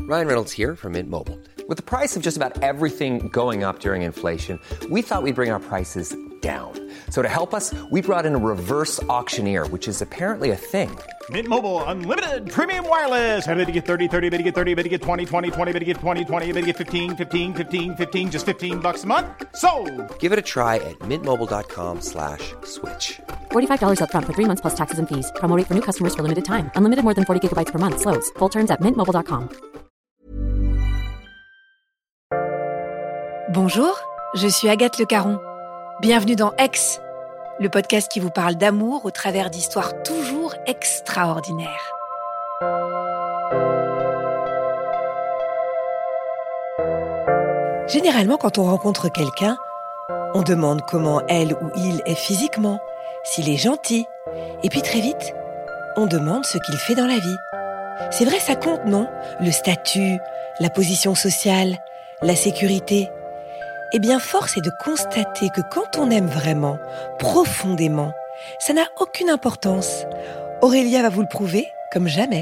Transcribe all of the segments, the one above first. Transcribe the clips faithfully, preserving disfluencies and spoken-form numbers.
Ryan Reynolds here from Mint Mobile. With the price of just about everything going up during inflation, we thought we'd bring our prices down. So to help us, we brought in a reverse auctioneer, which is apparently a thing. Mint Mobile Unlimited Premium Wireless. How to get thirty, thirty, how to get thirty, how to get twenty, twenty, twenty, how to get twenty, twenty, how to get fifteen, fifteen, fifteen, fifteen, just fifteen bucks a month? Sold! Give it a try at mintmobile.com slash switch. forty-five dollars up front for three months plus taxes and fees. Promo rate for new customers for limited time. Unlimited more than forty gigabytes per month. Slows full terms at mint mobile dot com. Bonjour, je suis Agathe Le Caron. Bienvenue dans Ex, le podcast qui vous parle d'amour au travers d'histoires toujours extraordinaires. Généralement, quand on rencontre quelqu'un, on demande comment elle ou il est physiquement, s'il est gentil, et puis très vite, on demande ce qu'il fait dans la vie. C'est vrai, ça compte, non ? Le statut, la position sociale, la sécurité. Eh bien, force est de constater que quand on aime vraiment, profondément, ça n'a aucune importance. Aurélia va vous le prouver comme jamais.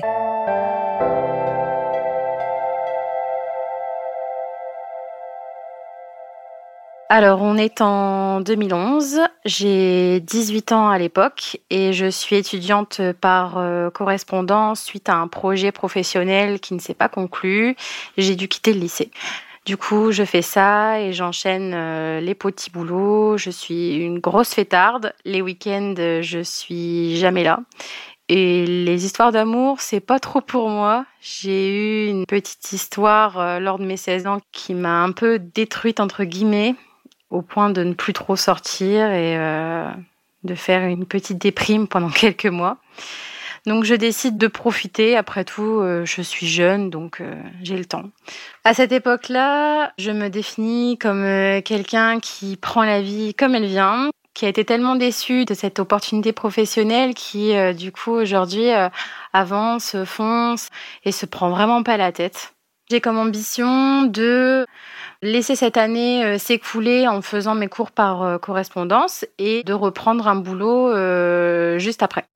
Alors, on est en deux mille onze, j'ai dix-huit ans à l'époque et je suis étudiante par euh, correspondance suite à un projet professionnel qui ne s'est pas conclu. J'ai dû quitter le lycée. Du coup, je fais ça et j'enchaîne euh, les petits boulots. Je suis une grosse fêtarde. Les week-ends, je suis jamais là. Et les histoires d'amour, c'est pas trop pour moi. J'ai eu une petite histoire euh, lors de mes seize ans qui m'a un peu détruite, entre guillemets, au point de ne plus trop sortir et euh, de faire une petite déprime pendant quelques mois. Donc je décide de profiter, après tout, euh, je suis jeune, donc euh, j'ai le temps. À cette époque-là, je me définis comme euh, quelqu'un qui prend la vie comme elle vient, qui a été tellement déçu de cette opportunité professionnelle qui, euh, du coup, aujourd'hui, euh, avance, fonce et se prend vraiment pas la tête. J'ai comme ambition de laisser cette année euh, s'écouler en faisant mes cours par euh, correspondance et de reprendre un boulot euh, juste après.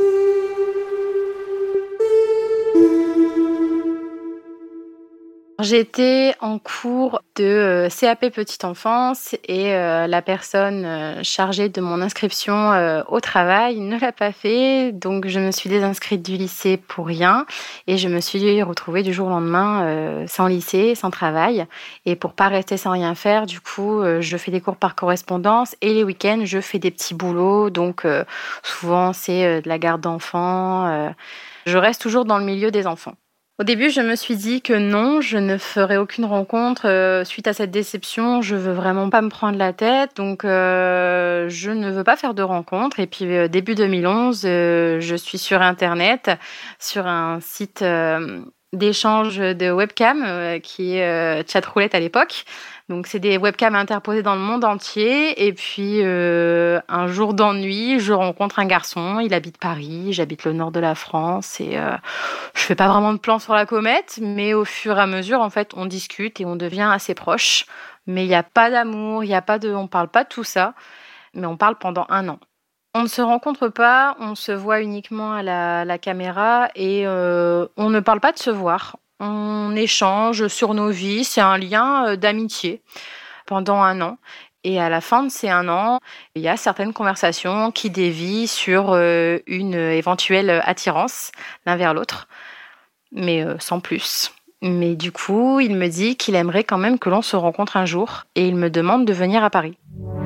J'étais en cours de euh, C A P Petite Enfance et euh, la personne euh, chargée de mon inscription euh, au travail ne l'a pas fait. Donc je me suis désinscrite du lycée pour rien et je me suis retrouvée du jour au lendemain euh, sans lycée, sans travail. Et pour pas rester sans rien faire, du coup, euh, je fais des cours par correspondance et les week-ends, je fais des petits boulots. Donc euh, souvent, c'est euh, de la garde d'enfants. Euh, je reste toujours dans le milieu des enfants. Au début, je me suis dit que non, je ne ferai aucune rencontre. Euh, suite à cette déception, je veux vraiment pas me prendre la tête. Donc, euh, je ne veux pas faire de rencontre. Et puis, euh, début deux mille onze, euh, je suis sur Internet, sur un site euh, d'échange de webcam euh, qui est euh, Chatroulette à l'époque. Donc, c'est des webcams interposées dans le monde entier. Et puis, euh, un jour d'ennui, je rencontre un garçon. Il habite Paris, j'habite le nord de la France. Et euh, je fais pas vraiment de plan sur la comète. Mais au fur et à mesure, en fait, on discute et on devient assez proches. Mais il n'y a pas d'amour, il y a pas de, on parle pas de tout ça. Mais on parle pendant un an. On ne se rencontre pas, on se voit uniquement à la, la caméra. Et euh, on ne parle pas de se voir. On échange sur nos vies, c'est un lien d'amitié pendant un an. Et à la fin de ces un an, il y a certaines conversations qui dévient sur une éventuelle attirance l'un vers l'autre, mais sans plus. Mais du coup, il me dit qu'il aimerait quand même que l'on se rencontre un jour et il me demande de venir à Paris.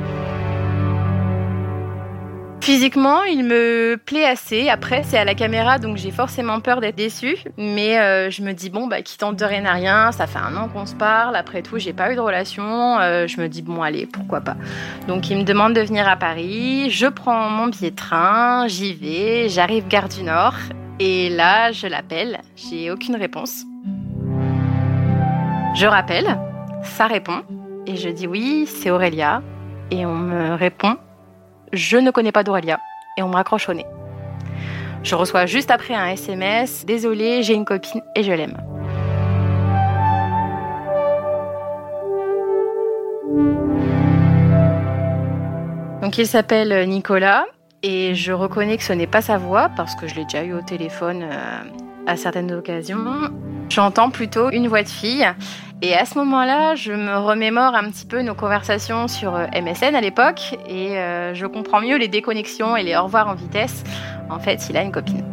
Physiquement, il me plaît assez. Après, c'est à la caméra, donc j'ai forcément peur d'être déçue. Mais euh, je me dis, bon, bah, qui tente de rien à rien, ça fait un an qu'on se parle. Après tout, j'ai pas eu de relation. Euh, je me dis, bon, allez, pourquoi pas. Donc, il me demande de venir à Paris. Je prends mon billet de train, j'y vais, j'arrive gare du Nord. Et là, je l'appelle. J'ai aucune réponse. Je rappelle, ça répond. Et je dis, oui, c'est Aurélia. Et on me répond, je ne connais pas d'Aurélia, et on me raccroche au nez. Je reçois juste après un S M S, désolée, j'ai une copine et je l'aime. Donc il s'appelle Nicolas, et je reconnais que ce n'est pas sa voix, parce que je l'ai déjà eu au téléphone euh, à certaines occasions. J'entends plutôt une voix de fille. Et à ce moment-là, je me remémore un petit peu nos conversations sur M S N à l'époque et euh, je comprends mieux les déconnexions et les au revoir en vitesse. En fait, il a une copine.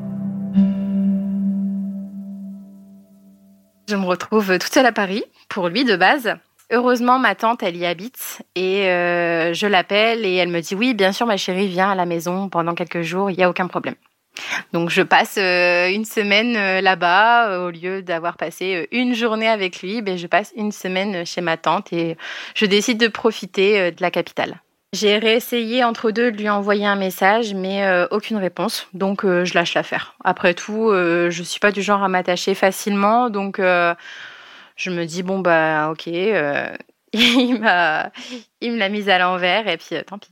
Je me retrouve toute seule à Paris, pour lui de base. Heureusement, ma tante, elle y habite et euh, je l'appelle et elle me dit « Oui, bien sûr, ma chérie, viens à la maison pendant quelques jours, il n'y a aucun problème. » Donc, je passe euh, une semaine euh, là-bas. Euh, au lieu d'avoir passé euh, une journée avec lui, ben, je passe une semaine chez ma tante et je décide de profiter euh, de la capitale. J'ai réessayé entre deux de lui envoyer un message, mais euh, aucune réponse. Donc, euh, je lâche l'affaire. Après tout, euh, je ne suis pas du genre à m'attacher facilement. Donc, euh, je me dis, bon, bah, ok, euh, il, m'a, il me l'a mise à l'envers et puis euh, tant pis.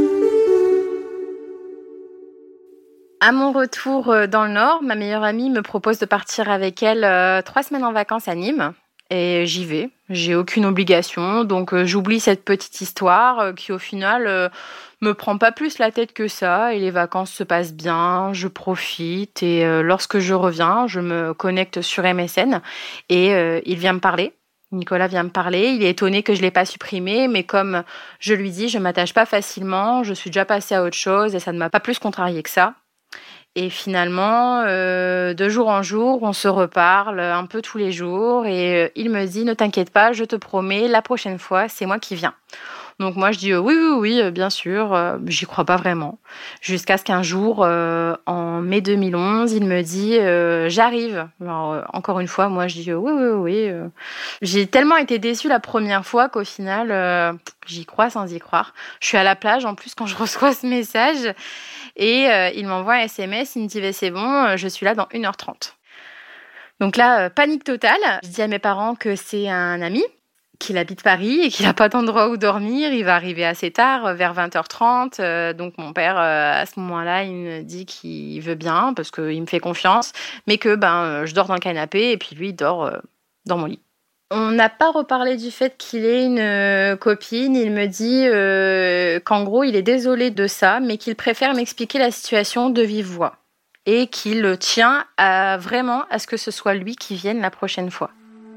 À mon retour dans le Nord, ma meilleure amie me propose de partir avec elle euh, trois semaines en vacances à Nîmes. Et j'y vais. J'ai aucune obligation, donc euh, j'oublie cette petite histoire euh, qui, au final, euh, me prend pas plus la tête que ça. Et les vacances se passent bien, je profite. Et euh, lorsque je reviens, je me connecte sur M S N et euh, il vient me parler. Nicolas vient me parler, il est étonné que je ne l'ai pas supprimé, mais comme je lui dis, je ne m'attache pas facilement, je suis déjà passée à autre chose et ça ne m'a pas plus contrariée que ça. Et finalement, euh, de jour en jour, on se reparle un peu tous les jours et euh, il me dit « Ne t'inquiète pas, je te promets, la prochaine fois, c'est moi qui viens. » Donc moi, je dis euh, « Oui, oui, oui, bien sûr, euh, j'y crois pas vraiment. » Jusqu'à ce qu'un jour, euh, en mai deux mille onze, il me dit euh, « J'arrive. » Alors, euh, encore une fois, moi, je dis euh, « Oui, oui, oui. Euh. » J'ai tellement été déçue la première fois qu'au final, euh, j'y crois sans y croire. Je suis à la plage, en plus, quand je reçois ce message. Et euh, il m'envoie un S M S, il me dit bah, « C'est bon, euh, je suis là dans une heure trente. » Donc là, euh, panique totale. Je dis à mes parents que c'est un ami, qu'il habite Paris et qu'il n'a pas d'endroit où dormir. Il va arriver assez tard, euh, vers vingt heures trente. Euh, donc mon père, euh, à ce moment-là, il me dit qu'il veut bien parce qu'il me fait confiance, mais que ben, euh, je dors dans le canapé et puis lui, il dort euh, dans mon lit. On n'a pas reparlé du fait qu'il ait une euh, copine. Il me dit euh, qu'en gros, il est désolé de ça, mais qu'il préfère m'expliquer la situation de vive voix. Et qu'il tient à, vraiment à ce que ce soit lui qui vienne la prochaine fois.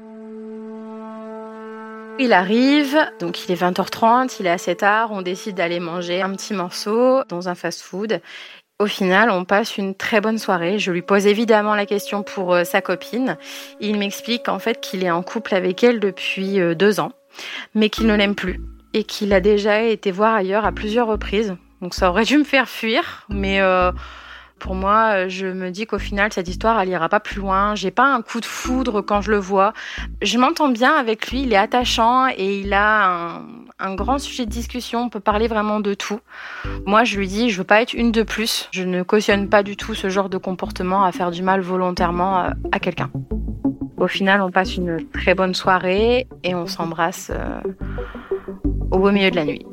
Il arrive, donc il est vingt heures trente, il est assez tard, on décide d'aller manger un petit morceau dans un fast-food. Au final, on passe une très bonne soirée. Je lui pose évidemment la question pour euh, sa copine. Il m'explique en fait qu'il est en couple avec elle depuis euh, deux ans, mais qu'il ne l'aime plus et qu'il a déjà été voir ailleurs à plusieurs reprises. Donc ça aurait dû me faire fuir, mais euh, pour moi, je me dis qu'au final, cette histoire, elle ira pas plus loin. J'ai pas un coup de foudre quand je le vois. Je m'entends bien avec lui, il est attachant et il a un, un grand sujet de discussion. On peut parler vraiment de tout. Moi, je lui dis, je veux pas être une de plus. Je ne cautionne pas du tout ce genre de comportement à faire du mal volontairement à, à quelqu'un. Au final, on passe une très bonne soirée et on s'embrasse euh, au beau milieu de la nuit.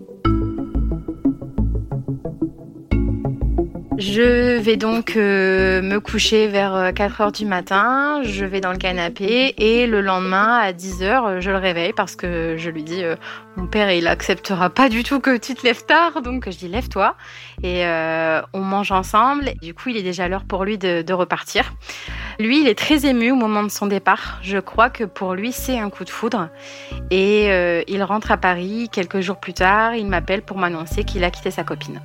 Je vais donc euh, me coucher vers quatre heures du matin, je vais dans le canapé et le lendemain à dix heures, je le réveille parce que je lui dis euh, mon père il acceptera pas du tout que tu te lèves tard, donc je dis lève-toi et euh, on mange ensemble. Du coup il est déjà l'heure pour lui de, de repartir. Lui il est très ému au moment de son départ, je crois que pour lui c'est un coup de foudre et euh, il rentre à Paris quelques jours plus tard, il m'appelle pour m'annoncer qu'il a quitté sa copine.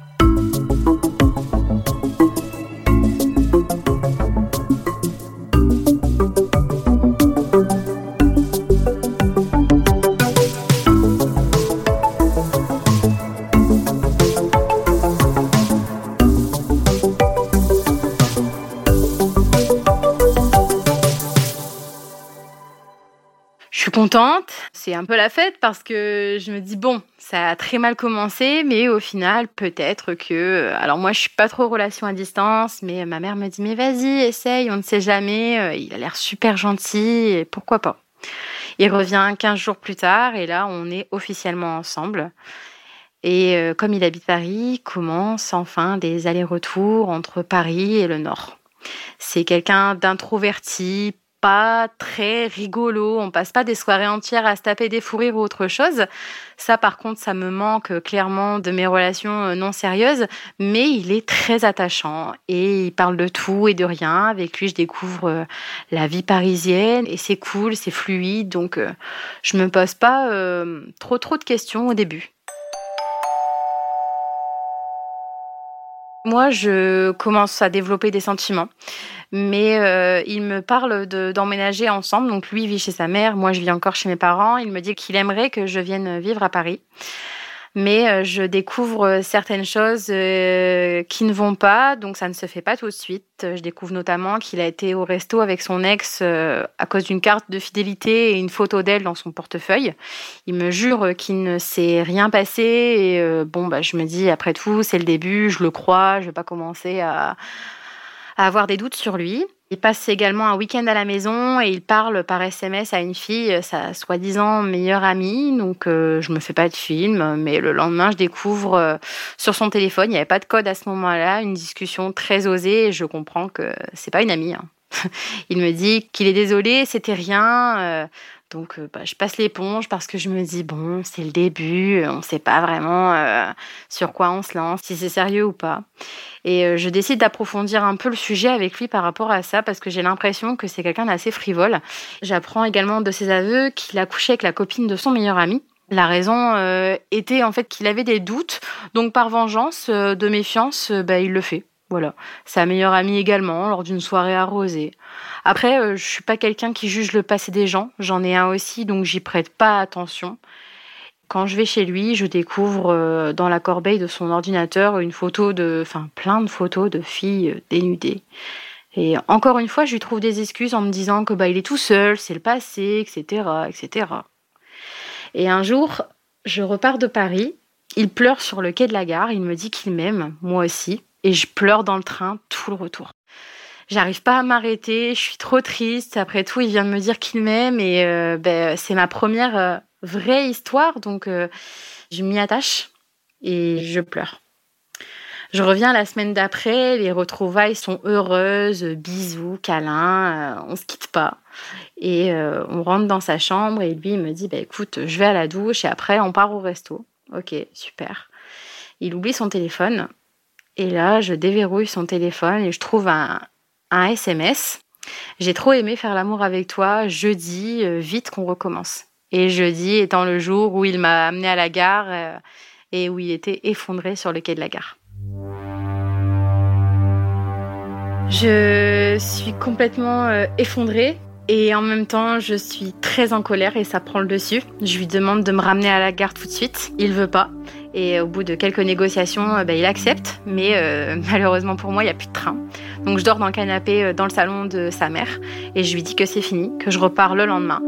Je suis contente, c'est un peu la fête parce que je me dis bon, ça a très mal commencé, mais au final peut-être que... Alors moi je suis pas trop relation à distance, mais ma mère me dit mais vas-y, essaye, on ne sait jamais, il a l'air super gentil, et pourquoi pas. Il revient quinze jours plus tard et là on est officiellement ensemble. Et euh, comme il habite Paris, commencent enfin des allers-retours entre Paris et le Nord. C'est quelqu'un d'introverti, pas très rigolo, on passe pas des soirées entières à se taper des fous rires ou autre chose. Ça, par contre, ça me manque clairement de mes relations non sérieuses, mais il est très attachant et il parle de tout et de rien. Avec lui, je découvre la vie parisienne et c'est cool, c'est fluide, donc je me pose pas euh, trop trop de questions au début. Moi, je commence à développer des sentiments, mais euh, il me parle de, d'emménager ensemble. Donc lui vit chez sa mère, moi je vis encore chez mes parents. Il me dit qu'il aimerait que je vienne vivre à Paris. Mais euh, je découvre certaines choses euh, qui ne vont pas, donc ça ne se fait pas tout de suite. Je découvre notamment qu'il a été au resto avec son ex euh, à cause d'une carte de fidélité et une photo d'elle dans son portefeuille. Il me jure qu'il ne s'est rien passé et euh, bon, bah, je me dis après tout, c'est le début, je le crois, je ne vais pas commencer à, à avoir des doutes sur lui. Il passe également un week-end à la maison et il parle par S M S à une fille, sa soi-disant meilleure amie. Donc, euh, je me fais pas de film, mais le lendemain, je découvre euh, sur son téléphone, il n'y avait pas de code à ce moment-là, une discussion très osée et je comprends que c'est pas une amie. Hein. Il me dit qu'il est désolé, c'était rien. Euh, donc, euh, bah, je passe l'éponge parce que je me dis, bon, c'est le début, on ne sait pas vraiment euh, sur quoi on se lance, si c'est sérieux ou pas. Et euh, je décide d'approfondir un peu le sujet avec lui par rapport à ça parce que j'ai l'impression que c'est quelqu'un d'assez frivole. J'apprends également de ses aveux qu'il a couché avec la copine de son meilleur ami. La raison euh, était en fait qu'il avait des doutes, donc par vengeance, euh, de méfiance, euh, bah, il le fait. Voilà. Sa meilleure amie également, lors d'une soirée arrosée. Après, euh, je suis pas quelqu'un qui juge le passé des gens. J'en ai un aussi, donc j'y prête pas attention. Quand je vais chez lui, je découvre euh, dans la corbeille de son ordinateur une photo de, enfin, plein de photos de filles euh, dénudées. Et encore une fois, je lui trouve des excuses en me disant que bah il est tout seul, c'est le passé, et cetera, et cetera. Et un jour, je repars de Paris. Il pleure sur le quai de la gare. Il me dit qu'il m'aime, moi aussi. Et je pleure dans le train tout le retour. J'arrive pas à m'arrêter, je suis trop triste. Après tout, il vient de me dire qu'il m'aime et euh, ben, c'est ma première euh, vraie histoire. Donc, euh, je m'y attache et je pleure. Je reviens la semaine d'après, les retrouvailles sont heureuses, bisous, câlins, euh, on se quitte pas. Et euh, on rentre dans sa chambre et lui, il me dit bah, « Écoute, je vais à la douche et après, on part au resto. » Ok, super. Il oublie son téléphone. Et là, je déverrouille son téléphone et je trouve un, un S M S. J'ai trop aimé faire l'amour avec toi. Jeudi, euh, vite qu'on recommence. Et jeudi étant le jour où il m'a amené à la gare euh, et où il était effondré sur le quai de la gare. Je suis complètement euh, effondrée. Et en même temps, je suis très en colère et ça prend le dessus. Je lui demande de me ramener à la gare tout de suite. Il veut pas. Et au bout de quelques négociations, bah, il accepte. Mais euh, malheureusement pour moi, il n'y a plus de train. Donc je dors dans le canapé dans le salon de sa mère. Et je lui dis que c'est fini, que je repars le lendemain.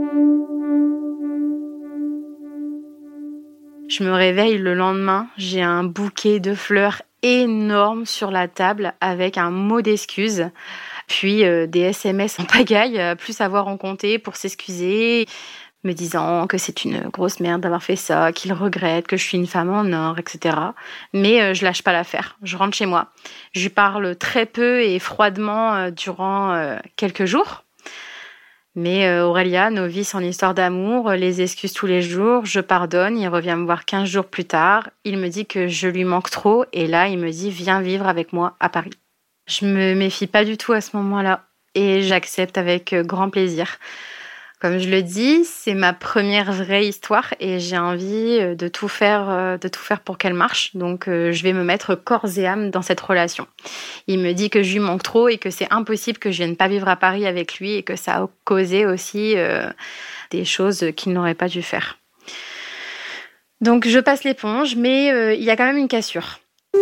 Je me réveille le lendemain. J'ai un bouquet de fleurs énorme sur la table avec un mot d'excuse. Puis euh, des S M S en pagaille, euh, plus savoir en compter pour s'excuser, me disant que c'est une grosse merde d'avoir fait ça, qu'il regrette, que je suis une femme en or, et cetera. Mais euh, je lâche pas l'affaire. Je rentre chez moi. Je lui parle très peu et froidement euh, durant euh, quelques jours. Mais euh, Aurélia, novice en histoire d'amour, les excuses tous les jours, je pardonne. Il revient me voir quinze jours plus tard. Il me dit que je lui manque trop et là, il me dit « Viens vivre avec moi à Paris ». Je me méfie pas du tout à ce moment-là et j'accepte avec grand plaisir. Comme je le dis, c'est ma première vraie histoire et j'ai envie de tout faire, de tout faire pour qu'elle marche. Donc, je vais me mettre corps et âme dans cette relation. Il me dit que je lui manque trop et que c'est impossible que je vienne pas vivre à Paris avec lui et que ça a causé aussi euh, des choses qu'il n'aurait pas dû faire. Donc, je passe l'éponge, mais euh, il y a quand même une cassure.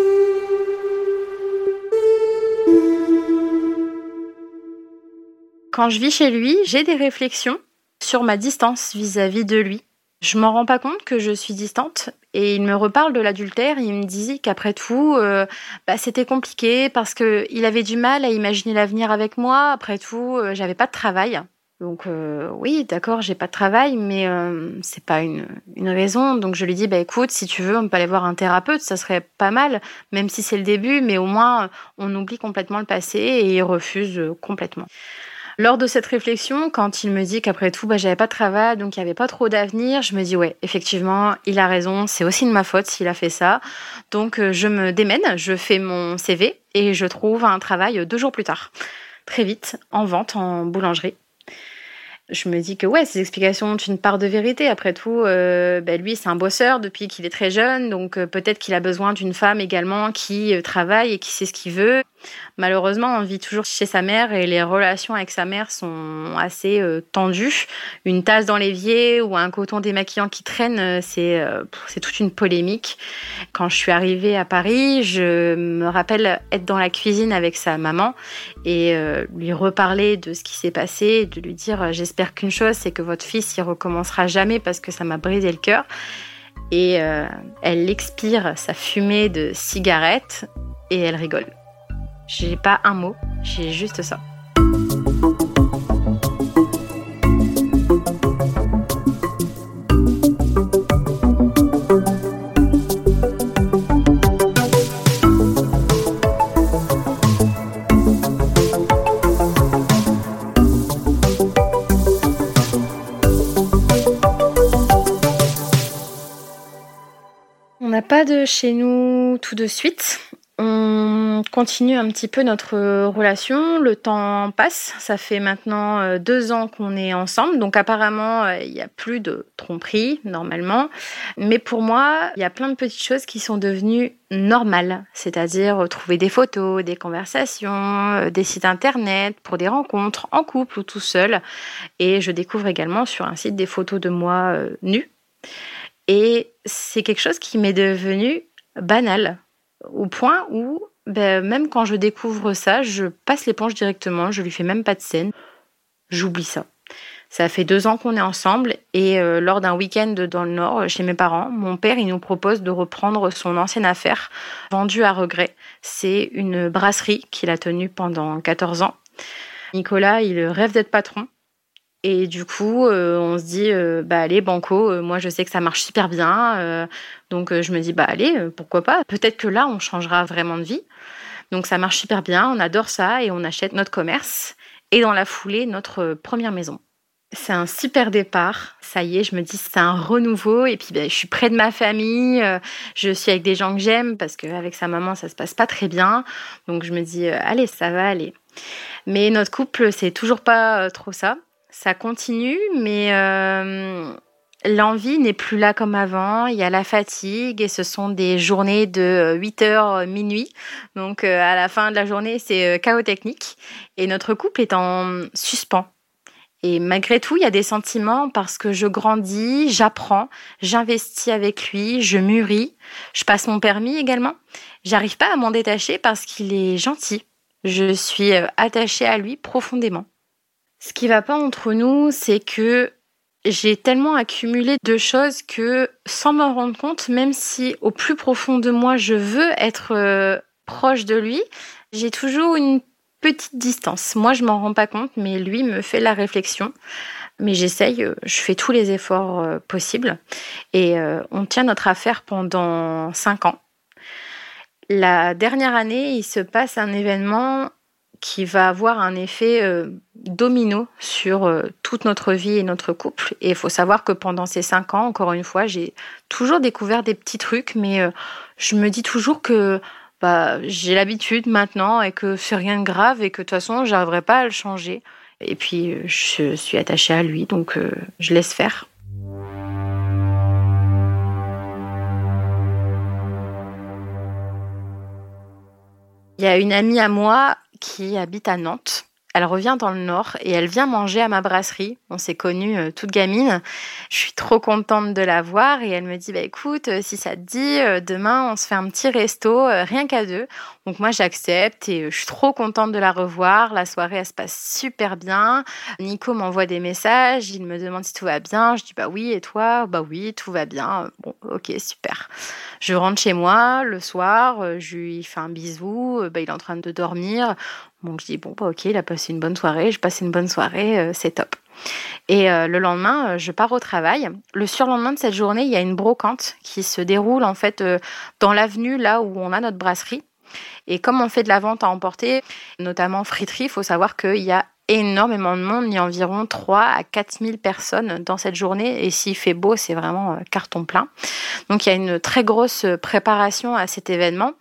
Quand je vis chez lui, j'ai des réflexions sur ma distance vis-à-vis de lui. Je m'en rends pas compte que je suis distante et il me reparle de l'adultère. Il me disait qu'après tout, euh, bah, c'était compliqué parce qu'il avait du mal à imaginer l'avenir avec moi. Après tout, euh, j'avais pas de travail. Donc euh, oui, d'accord, j'ai pas de travail, mais euh, c'est pas une, une raison. Donc je lui dis, bah écoute, si tu veux, on peut aller voir un thérapeute, ça serait pas mal, même si c'est le début, mais au moins on oublie complètement le passé et il refuse complètement. Lors de cette réflexion, quand il me dit qu'après tout, bah, j'avais pas de travail, donc il y avait pas trop d'avenir, je me dis ouais, effectivement, il a raison, c'est aussi de ma faute s'il a fait ça. Donc je me démène, je fais mon C V et je trouve un travail deux jours plus tard. Très vite, en vente, en boulangerie. Je me dis que ouais, ces explications ont une part de vérité. Après tout, euh, ben lui, c'est un bosseur depuis qu'il est très jeune, donc euh, peut-être qu'il a besoin d'une femme également qui euh, travaille et qui sait ce qu'il veut. Malheureusement, on vit toujours chez sa mère et les relations avec sa mère sont assez euh, tendues. Une tasse dans l'évier ou un coton démaquillant qui traîne, c'est, euh, c'est toute une polémique. Quand je suis arrivée à Paris, je me rappelle être dans la cuisine avec sa maman et euh, lui reparler de ce qui s'est passé, de lui dire « J'espère qu'une chose, c'est que votre fils y recommencera jamais parce que ça m'a brisé le cœur. » Et euh, elle expire sa fumée de cigarette et elle rigole. J'ai pas un mot, j'ai juste ça. On n'a pas de chez nous tout de suite. On continue un petit peu notre relation, le temps passe, ça fait maintenant deux ans qu'on est ensemble, donc apparemment il n'y a plus de tromperie normalement, mais pour moi il y a plein de petites choses qui sont devenues normales, c'est-à-dire trouver des photos, des conversations, des sites internet pour des rencontres en couple ou tout seul, et je découvre également sur un site des photos de moi euh, nue, et c'est quelque chose qui m'est devenu banal. Au point où, ben, même quand je découvre ça, je passe l'éponge directement, je lui fais même pas de scène. J'oublie ça. Ça fait deux ans qu'on est ensemble et euh, lors d'un week-end dans le Nord, chez mes parents, mon père il nous propose de reprendre son ancienne affaire, vendue à regret. C'est une brasserie qu'il a tenue pendant quatorze ans. Nicolas, il rêve d'être patron. Et du coup, euh, on se dit, euh, bah allez, banco, euh, moi je sais que ça marche super bien, euh, donc euh, je me dis, bah allez, euh, pourquoi pas, peut-être que là, on changera vraiment de vie. Donc ça marche super bien, on adore ça, et on achète notre commerce, et dans la foulée, notre première maison. C'est un super départ, ça y est, je me dis, c'est un renouveau, et puis bah, je suis près de ma famille, euh, je suis avec des gens que j'aime, parce qu'avec sa maman, ça se passe pas très bien, donc je me dis, euh, allez, ça va aller. Mais notre couple, c'est toujours pas euh, trop ça. Ça continue, mais euh, l'envie n'est plus là comme avant. Il y a la fatigue et ce sont des journées de huit heures minuit. Donc euh, à la fin de la journée, c'est euh, chaos technique. Et notre couple est en suspens. Et malgré tout, il y a des sentiments parce que je grandis, j'apprends, j'investis avec lui, je mûris. Je passe mon permis également. J'arrive pas à m'en détacher parce qu'il est gentil. Je suis attachée à lui profondément. Ce qui va pas entre nous, c'est que j'ai tellement accumulé de choses que, sans m'en rendre compte, même si au plus profond de moi, je veux être euh, proche de lui, j'ai toujours une petite distance. Moi, je m'en rends pas compte, mais lui me fait la réflexion. Mais j'essaye, je fais tous les efforts euh, possibles. Et euh, on tient notre affaire pendant cinq ans. La dernière année, il se passe un événement qui va avoir un effet euh, domino sur euh, toute notre vie et notre couple. Et il faut savoir que pendant ces cinq ans, encore une fois, j'ai toujours découvert des petits trucs, mais euh, je me dis toujours que bah, j'ai l'habitude maintenant et que c'est rien de grave et que de toute façon, j'arriverai pas à le changer. Et puis, je suis attachée à lui, donc euh, je laisse faire. Il y a une amie à moi qui habite à Nantes. Elle revient dans le Nord et elle vient manger à ma brasserie. On s'est connues euh, toute gamine. Je suis trop contente de la voir et elle me dit bah, « Écoute, si ça te dit, euh, demain, on se fait un petit resto, euh, rien qu'à deux. » Donc moi, j'accepte et euh, je suis trop contente de la revoir. La soirée, elle se passe super bien. Nico m'envoie des messages. Il me demande si tout va bien. Je dis « Bah oui, et toi ?»« Bah oui, tout va bien. » Bon, ok, super. Je rentre chez moi le soir. Euh, je lui fais un bisou. Euh, bah, il est en train de dormir. Donc je dis, bon, bah, ok, il a passé une bonne soirée, je passe une bonne soirée, euh, c'est top. Et euh, le lendemain, euh, je pars au travail. Le surlendemain de cette journée, il y a une brocante qui se déroule en fait euh, dans l'avenue, là où on a notre brasserie. Et comme on fait de la vente à emporter, notamment friterie, il faut savoir qu'il y a énormément de monde. Il y a environ trois à quatre mille personnes dans cette journée. Et s'il fait beau, c'est vraiment carton plein. Donc, il y a une très grosse préparation à cet événement.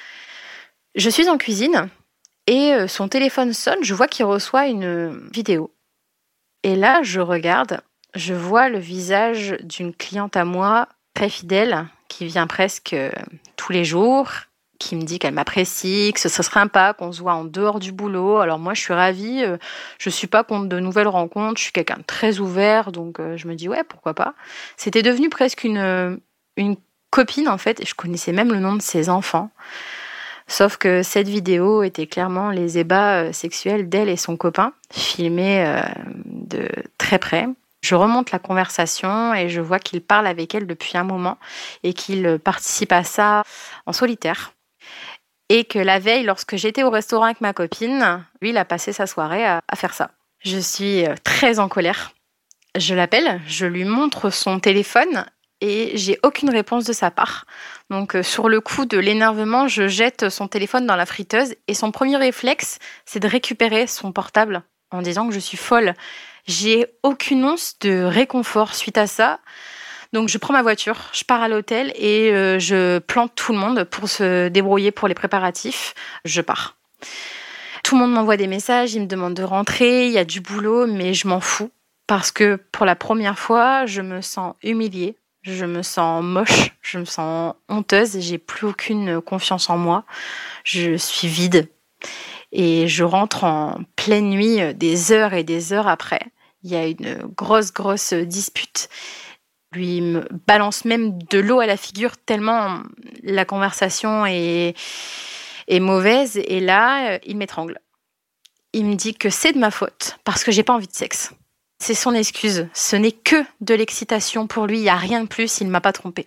Je suis en cuisine et son téléphone sonne. Je vois qu'il reçoit une vidéo. Et là, je regarde. Je vois le visage d'une cliente à moi, très fidèle, qui vient presque tous les jours, qui me dit qu'elle m'apprécie, que ce serait sympa qu'on se voit en dehors du boulot. Alors moi, je suis ravie. Je suis pas contre de nouvelles rencontres. Je suis quelqu'un de très ouvert, donc je me dis ouais, pourquoi pas. C'était devenu presque une, une copine, en fait, et je connaissais même le nom de ses enfants. Sauf que cette vidéo était clairement les ébats sexuels d'elle et son copain, filmés de très près. Je remonte la conversation et je vois qu'il parle avec elle depuis un moment et qu'il participe à ça en solitaire. Et que la veille, lorsque j'étais au restaurant avec ma copine, lui, il a passé sa soirée à, à faire ça. Je suis très en colère. Je l'appelle, je lui montre son téléphone et j'ai aucune réponse de sa part. Donc, sur le coup de l'énervement, je jette son téléphone dans la friteuse et son premier réflexe, c'est de récupérer son portable en disant que je suis folle. J'ai aucune once de réconfort suite à ça. Donc, je prends ma voiture, je pars à l'hôtel et euh, je plante tout le monde pour se débrouiller pour les préparatifs. Je pars. Tout le monde m'envoie des messages, ils me demandent de rentrer, il y a du boulot, mais je m'en fous. Parce que pour la première fois, je me sens humiliée, je me sens moche, je me sens honteuse, j'ai plus aucune confiance en moi. Je suis vide. Et je rentre en pleine nuit, des heures et des heures après. Il y a une grosse, grosse dispute. Lui me balance même de l'eau à la figure tellement la conversation est, est mauvaise. Et là, il m'étrangle. Il me dit que c'est de ma faute parce que j'ai pas envie de sexe. C'est son excuse. Ce n'est que de l'excitation pour lui. Il n'y a rien de plus. Il ne m'a pas trompée.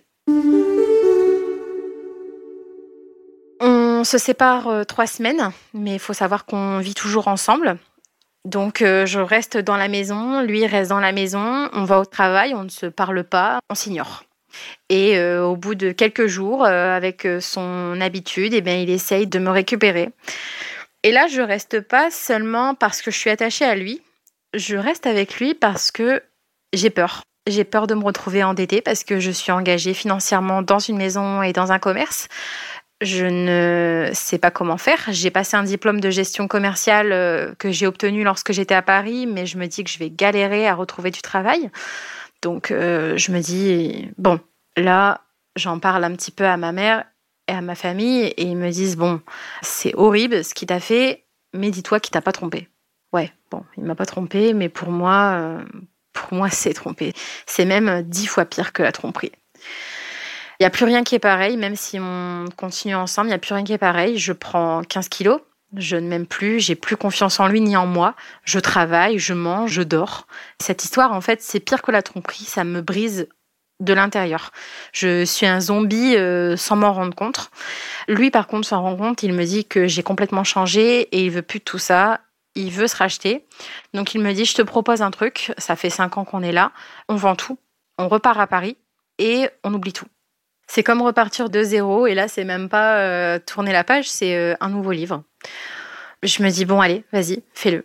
On se sépare euh, trois semaines, mais il faut savoir qu'on vit toujours ensemble. Donc, euh, je reste dans la maison, lui reste dans la maison, on va au travail, on ne se parle pas, on s'ignore. Et euh, au bout de quelques jours, euh, avec son habitude, eh bien, il essaye de me récupérer. Et là, je reste pas seulement parce que je suis attachée à lui, je reste avec lui parce que j'ai peur. J'ai peur de me retrouver endettée parce que je suis engagée financièrement dans une maison et dans un commerce. Je ne sais pas comment faire. J'ai passé un diplôme de gestion commerciale que j'ai obtenu lorsque j'étais à Paris, mais je me dis que je vais galérer à retrouver du travail. Donc, euh, je me dis, bon, là, j'en parle un petit peu à ma mère et à ma famille, et ils me disent, bon, c'est horrible ce qu'il t'a fait, mais dis-toi qu'il t'a pas trompé. Ouais, bon, il m'a pas trompé, mais pour moi, euh, pour moi, c'est trompé. C'est même dix fois pire que la tromperie. Il n'y a plus rien qui est pareil, même si on continue ensemble, il n'y a plus rien qui est pareil. Je prends quinze kilos, je ne m'aime plus, j'ai plus confiance en lui ni en moi. Je travaille, je mange, je dors. Cette histoire, en fait, c'est pire que la tromperie, ça me brise de l'intérieur. Je suis un zombie euh, sans m'en rendre compte. Lui, par contre, s'en rend compte, il me dit que j'ai complètement changé et il veut plus de tout ça. Il veut se racheter. Donc, il me dit, je te propose un truc, ça fait cinq ans qu'on est là, on vend tout, on repart à Paris et on oublie tout. C'est comme repartir de zéro, et là, c'est même pas euh, tourner la page, c'est euh, un nouveau livre. Je me dis, bon, allez, vas-y, fais-le.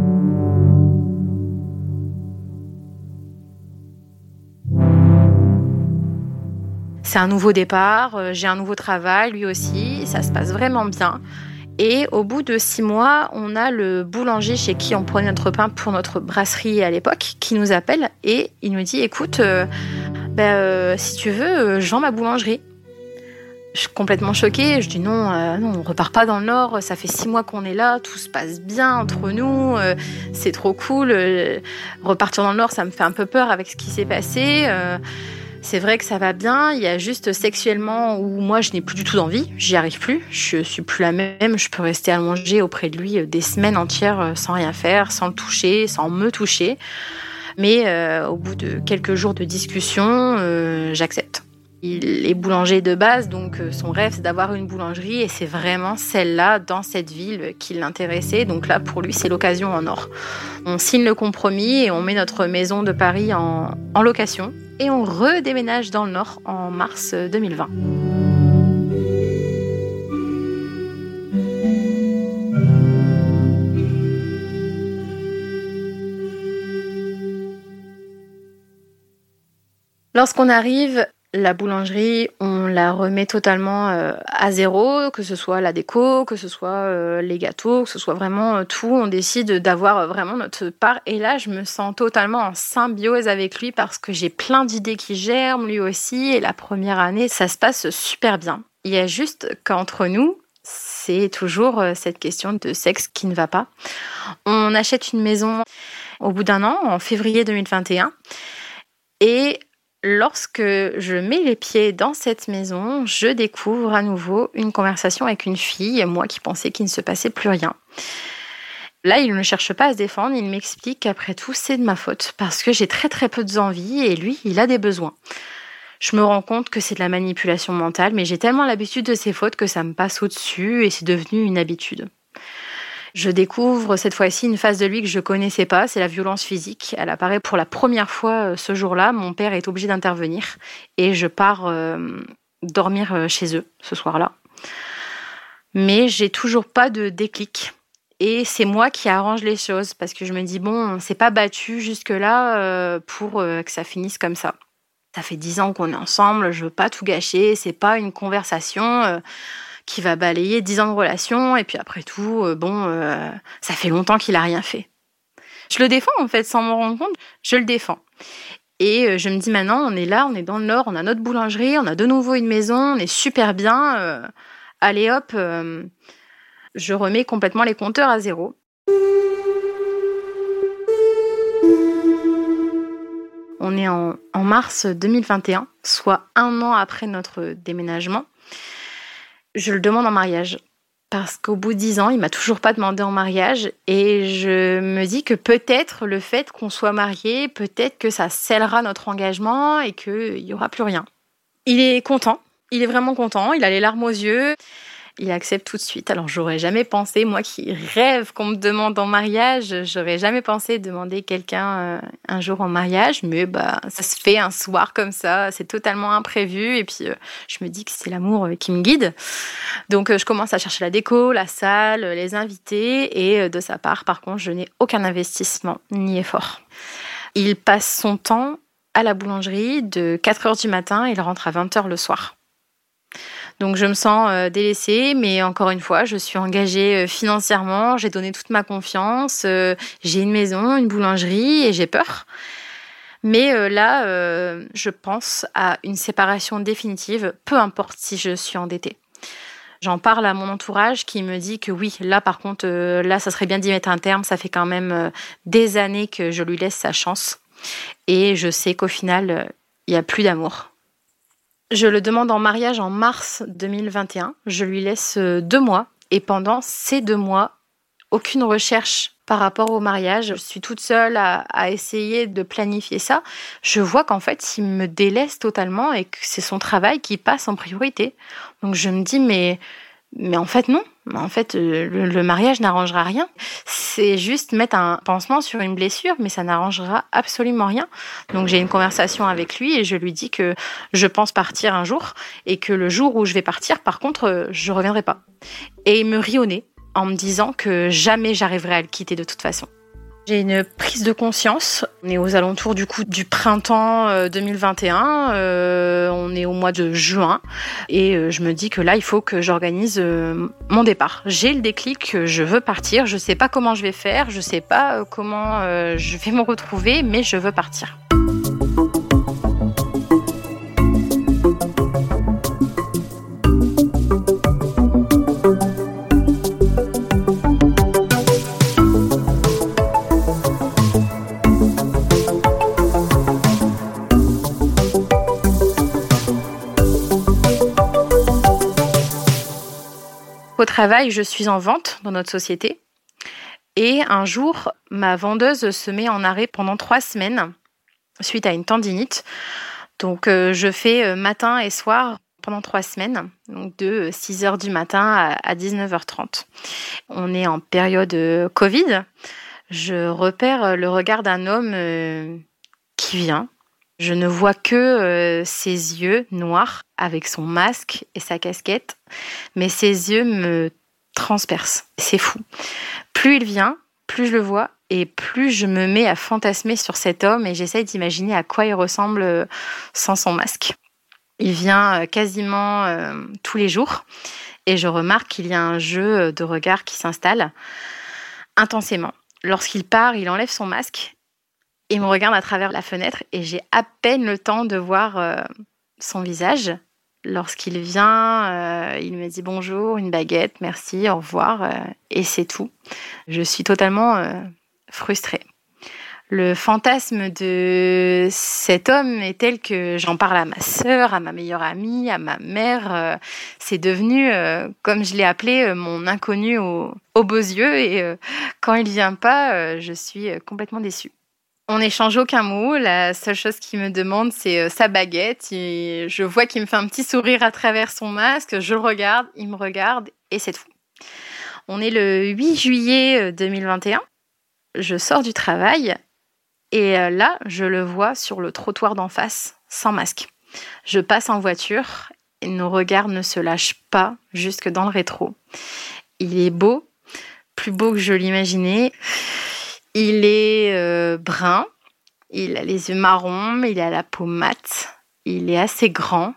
C'est un nouveau départ, euh, j'ai un nouveau travail, lui aussi, ça se passe vraiment bien. Et au bout de six mois, on a le boulanger chez qui on prenait notre pain pour notre brasserie à l'époque, qui nous appelle, et il nous dit, écoute... Euh, Ben, euh, si tu veux, euh, je vends ma boulangerie. Je suis complètement choquée. Je dis non, euh, non, on repart pas dans le Nord. Ça fait six mois qu'on est là. Tout se passe bien entre nous. Euh, c'est trop cool. Euh, repartir dans le Nord, ça me fait un peu peur avec ce qui s'est passé. Euh, c'est vrai que ça va bien. Il y a juste sexuellement où moi, je n'ai plus du tout d'envie. J'y arrive plus. Je suis plus la même. Je peux rester allongée auprès de lui des semaines entières sans rien faire, sans le toucher, sans me toucher. Mais euh, au bout de quelques jours de discussion, euh, j'accepte. Il est boulanger de base, donc euh, son rêve, c'est d'avoir une boulangerie. Et c'est vraiment celle-là, dans cette ville, qui l'intéressait. Donc là, pour lui, c'est l'occasion en or. On signe le compromis et on met notre maison de Paris en, en location. Et on redéménage dans le Nord en mars deux mille vingt. Lorsqu'on arrive, la boulangerie, on la remet totalement euh, à zéro, que ce soit la déco, que ce soit euh, les gâteaux, que ce soit vraiment euh, tout. On décide d'avoir vraiment notre part. Et là, je me sens totalement en symbiose avec lui parce que j'ai plein d'idées qui germent, lui aussi. Et la première année, ça se passe super bien. Il y a juste qu'entre nous, c'est toujours euh, cette question de sexe qui ne va pas. On achète une maison au bout d'un an, en février deux mille vingt et un. Et lorsque je mets les pieds dans cette maison, je découvre à nouveau une conversation avec une fille, moi qui pensais qu'il ne se passait plus rien. Là, il ne cherche pas à se défendre, il m'explique qu'après tout, c'est de ma faute, parce que j'ai très très peu d'envie et lui, il a des besoins. Je me rends compte que c'est de la manipulation mentale, mais j'ai tellement l'habitude de ces fautes que ça me passe au-dessus et c'est devenu une habitude. Je découvre cette fois-ci une phase de lui que je ne connaissais pas, c'est la violence physique. Elle apparaît pour la première fois ce jour-là. Mon père est obligé d'intervenir et je pars euh, dormir chez eux ce soir-là. Mais j'ai toujours pas de déclic. Et c'est moi qui arrange les choses parce que je me dis, bon, on ne s'est pas battu jusque-là euh, pour euh, que ça finisse comme ça. Ça fait dix ans qu'on est ensemble, je veux pas tout gâcher, c'est pas une conversation... Euh, qui va balayer dix ans de relation, et puis après tout, euh, bon, euh, ça fait longtemps qu'il a rien fait. Je le défends, en fait, sans m'en rendre compte, je le défends. Et euh, je me dis, maintenant, on est là, on est dans le Nord, on a notre boulangerie, on a de nouveau une maison, on est super bien, euh, allez hop, euh, je remets complètement les compteurs à zéro. On est en, en mars deux mille vingt et un, soit un an après notre déménagement. Je le demande en mariage parce qu'au bout de dix ans, il m'a toujours pas demandé en mariage et je me dis que peut-être le fait qu'on soit mariés, peut-être que ça scellera notre engagement et qu'il y aura plus rien. Il est content, il est vraiment content, il a les larmes aux yeux. Il accepte tout de suite. Alors, j'aurais jamais pensé, moi qui rêve qu'on me demande en mariage, j'aurais jamais pensé demander quelqu'un euh, un jour en mariage, mais bah, ça se fait un soir comme ça, c'est totalement imprévu, et puis euh, je me dis que c'est l'amour euh, qui me guide. Donc, euh, je commence à chercher la déco, la salle, les invités, et euh, de sa part, par contre, je n'ai aucun investissement ni effort. Il passe son temps à la boulangerie de quatre heures du matin, il rentre à vingt heures le soir. Donc je me sens euh, délaissée, mais encore une fois, je suis engagée euh, financièrement, j'ai donné toute ma confiance, euh, j'ai une maison, une boulangerie et j'ai peur. Mais euh, là, euh, je pense à une séparation définitive, peu importe si je suis endettée. J'en parle à mon entourage qui me dit que oui, là par contre, euh, là ça serait bien d'y mettre un terme, ça fait quand même euh, des années que je lui laisse sa chance. Et je sais qu'au final, il euh, n'y a plus d'amour. Je le demande en mariage en mars deux mille vingt et un. Je lui laisse deux mois. Et pendant ces deux mois, aucune recherche par rapport au mariage. Je suis toute seule à, à essayer de planifier ça. Je vois qu'en fait, il me délaisse totalement et que c'est son travail qui passe en priorité. Donc je me dis, mais, mais en fait, non. En fait, le, le mariage n'arrangera rien. C'est juste mettre un pansement sur une blessure, mais ça n'arrangera absolument rien. Donc j'ai une conversation avec lui et je lui dis que je pense partir un jour et que le jour où je vais partir, par contre, je ne reviendrai pas. Et il me rit au nez en me disant que jamais j'arriverai à le quitter de toute façon. J'ai une prise de conscience. On est aux alentours du coup du printemps deux mille vingt et un. Euh, on est au mois de juin. Et euh, je me dis que là, il faut que j'organise euh, mon départ. J'ai le déclic, je veux partir. Je sais pas comment je vais faire. Je sais pas euh, comment euh, je vais me retrouver, mais je veux partir. Au travail, je suis en vente dans notre société et un jour, ma vendeuse se met en arrêt pendant trois semaines suite à une tendinite. Donc, euh, je fais euh, matin et soir pendant trois semaines, donc de six heures du matin à, à dix-neuf heures trente. On est en période euh, Covid. Je repère le regard d'un homme euh, qui vient. Je ne vois que euh, ses yeux noirs avec son masque et sa casquette, mais ses yeux me transpercent. C'est fou. Plus il vient, plus je le vois et plus je me mets à fantasmer sur cet homme et j'essaye d'imaginer à quoi il ressemble sans son masque. Il vient quasiment euh, tous les jours et je remarque qu'il y a un jeu de regard qui s'installe intensément. Lorsqu'il part, il enlève son masque et me regarde à travers la fenêtre et j'ai à peine le temps de voir euh, son visage. Lorsqu'il vient, euh, il me dit bonjour, une baguette, merci, au revoir, euh, et c'est tout. Je suis totalement euh, frustrée. Le fantasme de cet homme est tel que j'en parle à ma sœur, à ma meilleure amie, à ma mère. Euh, c'est devenu, euh, comme je l'ai appelé, euh, mon inconnu aux, aux beaux yeux. Et euh, quand il vient pas, euh, je suis complètement déçue. On n'échange aucun mot. La seule chose qu'il me demande, c'est euh, sa baguette. Et je vois qu'il me fait un petit sourire à travers son masque. Je le regarde, il me regarde et c'est tout. On est le huit juillet deux mille vingt et un. Je sors du travail et euh, là, je le vois sur le trottoir d'en face, sans masque. Je passe en voiture et nos regards ne se lâchent pas jusque dans le rétro. Il est beau, plus beau que je l'imaginais. Il est euh, brun, il a les yeux marrons, il a la peau mate, il est assez grand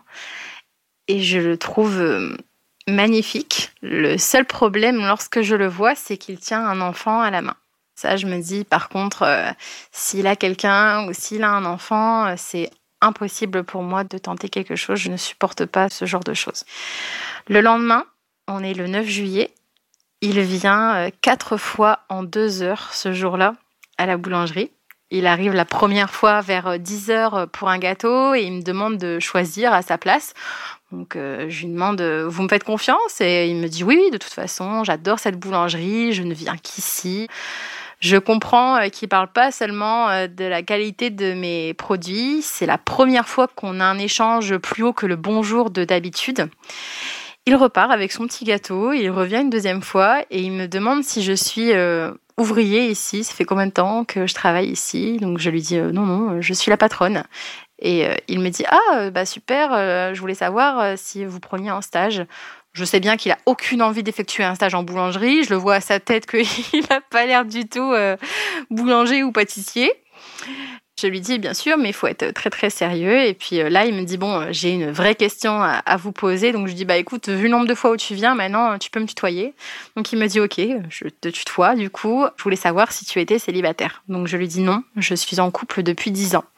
et je le trouve euh, magnifique. Le seul problème lorsque je le vois, c'est qu'il tient un enfant à la main. Ça, je me dis, par contre, euh, s'il a quelqu'un ou s'il a un enfant, euh, c'est impossible pour moi de tenter quelque chose. Je ne supporte pas ce genre de choses. Le lendemain, on est le neuf juillet. Il vient euh, quatre fois en deux heures ce jour-là à la boulangerie. Il arrive la première fois vers dix heures pour un gâteau et il me demande de choisir à sa place. Donc euh, je lui demande, vous me faites confiance? Et il me dit oui, de toute façon, j'adore cette boulangerie, je ne viens qu'ici. Je comprends euh, qu'il ne parle pas seulement euh, de la qualité de mes produits. C'est la première fois qu'on a un échange plus haut que le bonjour de d'habitude. Il repart avec son petit gâteau, il revient une deuxième fois et il me demande si je suis euh, ouvrier ici. Ça fait combien de temps que je travaille ici? Donc je lui dis euh, non, non, je suis la patronne. Et euh, il me dit ah, bah super, euh, je voulais savoir euh, si vous preniez un stage. Je sais bien qu'il n'a aucune envie d'effectuer un stage en boulangerie. Je le vois à sa tête qu'il n'a pas l'air du tout euh, boulanger ou pâtissier. Je lui dis bien sûr, mais il faut être très très sérieux. Et puis là, il me dit bon, j'ai une vraie question à, à vous poser. Donc je dis bah écoute, vu le nombre de fois où tu viens, maintenant tu peux me tutoyer. Donc il me dit ok, je te tutoie. Du coup, je voulais savoir si tu étais célibataire. Donc je lui dis non, je suis en couple depuis dix ans.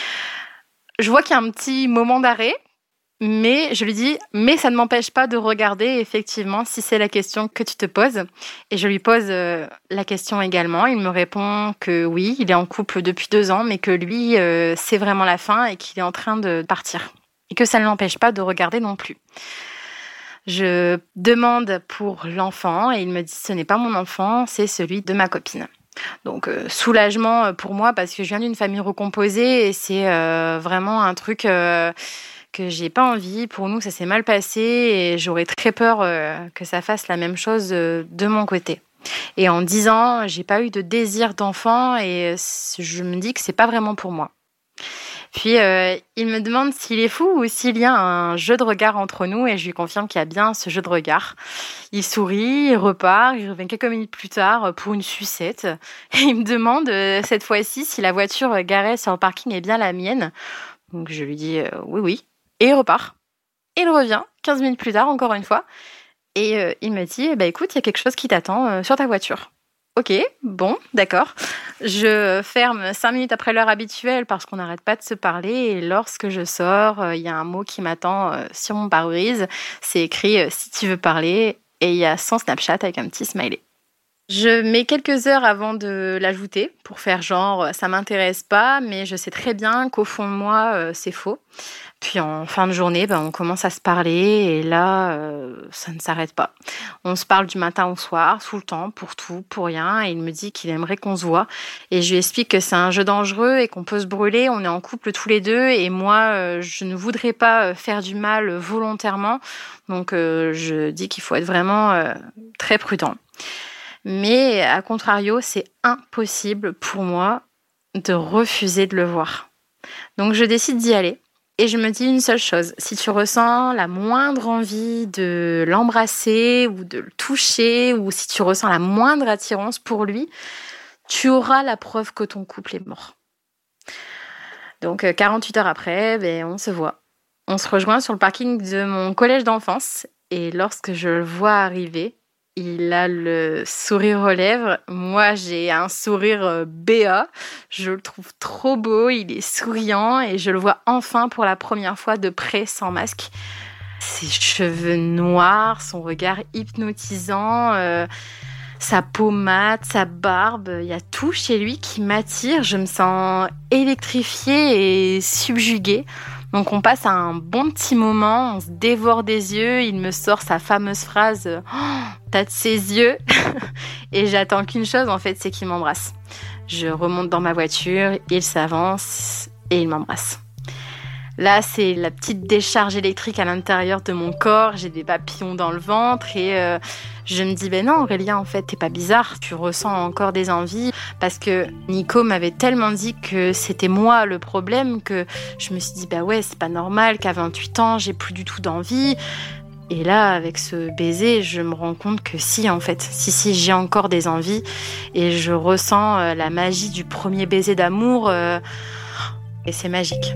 Je vois qu'il y a un petit moment d'arrêt. Mais je lui dis, mais ça ne m'empêche pas de regarder effectivement si c'est la question que tu te poses. Et je lui pose euh, la question également. Il me répond que oui, il est en couple depuis deux ans, mais que lui, euh, c'est vraiment la fin et qu'il est en train de partir. Et que ça ne l'empêche pas de regarder non plus. Je demande pour l'enfant et il me dit, ce n'est pas mon enfant, c'est celui de ma copine. Donc euh, soulagement pour moi parce que je viens d'une famille recomposée et c'est euh, vraiment un truc... Euh, que j'ai pas envie. Pour nous, ça s'est mal passé et j'aurais très peur euh, que ça fasse la même chose euh, de mon côté. Et en dix ans, j'ai pas eu de désir d'enfant et je me dis que c'est pas vraiment pour moi. Puis, euh, il me demande s'il est fou ou s'il y a un jeu de regard entre nous et je lui confirme qu'il y a bien ce jeu de regard. Il sourit, il repart, il revient quelques minutes plus tard pour une sucette. Et il me demande euh, cette fois-ci si la voiture garée sur le parking est bien la mienne. Donc, je lui dis euh, oui, oui. Et il repart. Et il revient, quinze minutes plus tard, encore une fois. Et euh, il me dit, bah, écoute, il y a quelque chose qui t'attend euh, sur ta voiture. Ok, bon, d'accord. Je ferme cinq minutes après l'heure habituelle parce qu'on n'arrête pas de se parler. Et lorsque je sors, euh, il y a un mot qui m'attend euh, sur mon pare-brise. C'est écrit euh, « Si tu veux parler » et il y a son Snapchat avec un petit smiley. Je mets quelques heures avant de l'ajouter pour faire genre « ça m'intéresse pas », mais je sais très bien qu'au fond de moi, euh, c'est faux. Puis en fin de journée, ben, on commence à se parler et là, euh, ça ne s'arrête pas. On se parle du matin au soir, tout le temps, pour tout, pour rien. Et il me dit qu'il aimerait qu'on se voit. Et je lui explique que c'est un jeu dangereux et qu'on peut se brûler. On est en couple tous les deux et moi, euh, je ne voudrais pas faire du mal volontairement. Donc euh, je dis qu'il faut être vraiment euh, très prudent. Mais à contrario, c'est impossible pour moi de refuser de le voir. Donc je décide d'y aller. Et je me dis une seule chose, si tu ressens la moindre envie de l'embrasser ou de le toucher, ou si tu ressens la moindre attirance pour lui, tu auras la preuve que ton couple est mort. Donc quarante-huit heures après, ben, on se voit. On se rejoint sur le parking de mon collège d'enfance. Et lorsque je le vois arriver, il a le sourire aux lèvres. Moi, j'ai un sourire béat. Je le trouve trop beau. Il est souriant et je le vois enfin pour la première fois de près sans masque. Ses cheveux noirs, son regard hypnotisant, euh, sa peau mate, sa barbe. Il y a tout chez lui qui m'attire. Je me sens électrifiée et subjuguée. Donc on passe un bon petit moment, on se dévore des yeux, il me sort sa fameuse phrase oh, « t'as de ses yeux » et j'attends qu'une chose en fait, c'est qu'il m'embrasse. Je remonte dans ma voiture, il s'avance et il m'embrasse. Là, c'est la petite décharge électrique à l'intérieur de mon corps, j'ai des papillons dans le ventre et euh, je me dis ben non Aurélien, en fait, t'es pas bizarre, tu ressens encore des envies parce que Nico m'avait tellement dit que c'était moi le problème que je me suis dit bah ouais, c'est pas normal qu'à vingt-huit ans, j'ai plus du tout d'envie. Et là, avec ce baiser, je me rends compte que si, en fait, si, si, j'ai encore des envies et je ressens euh, la magie du premier baiser d'amour euh, et c'est magique.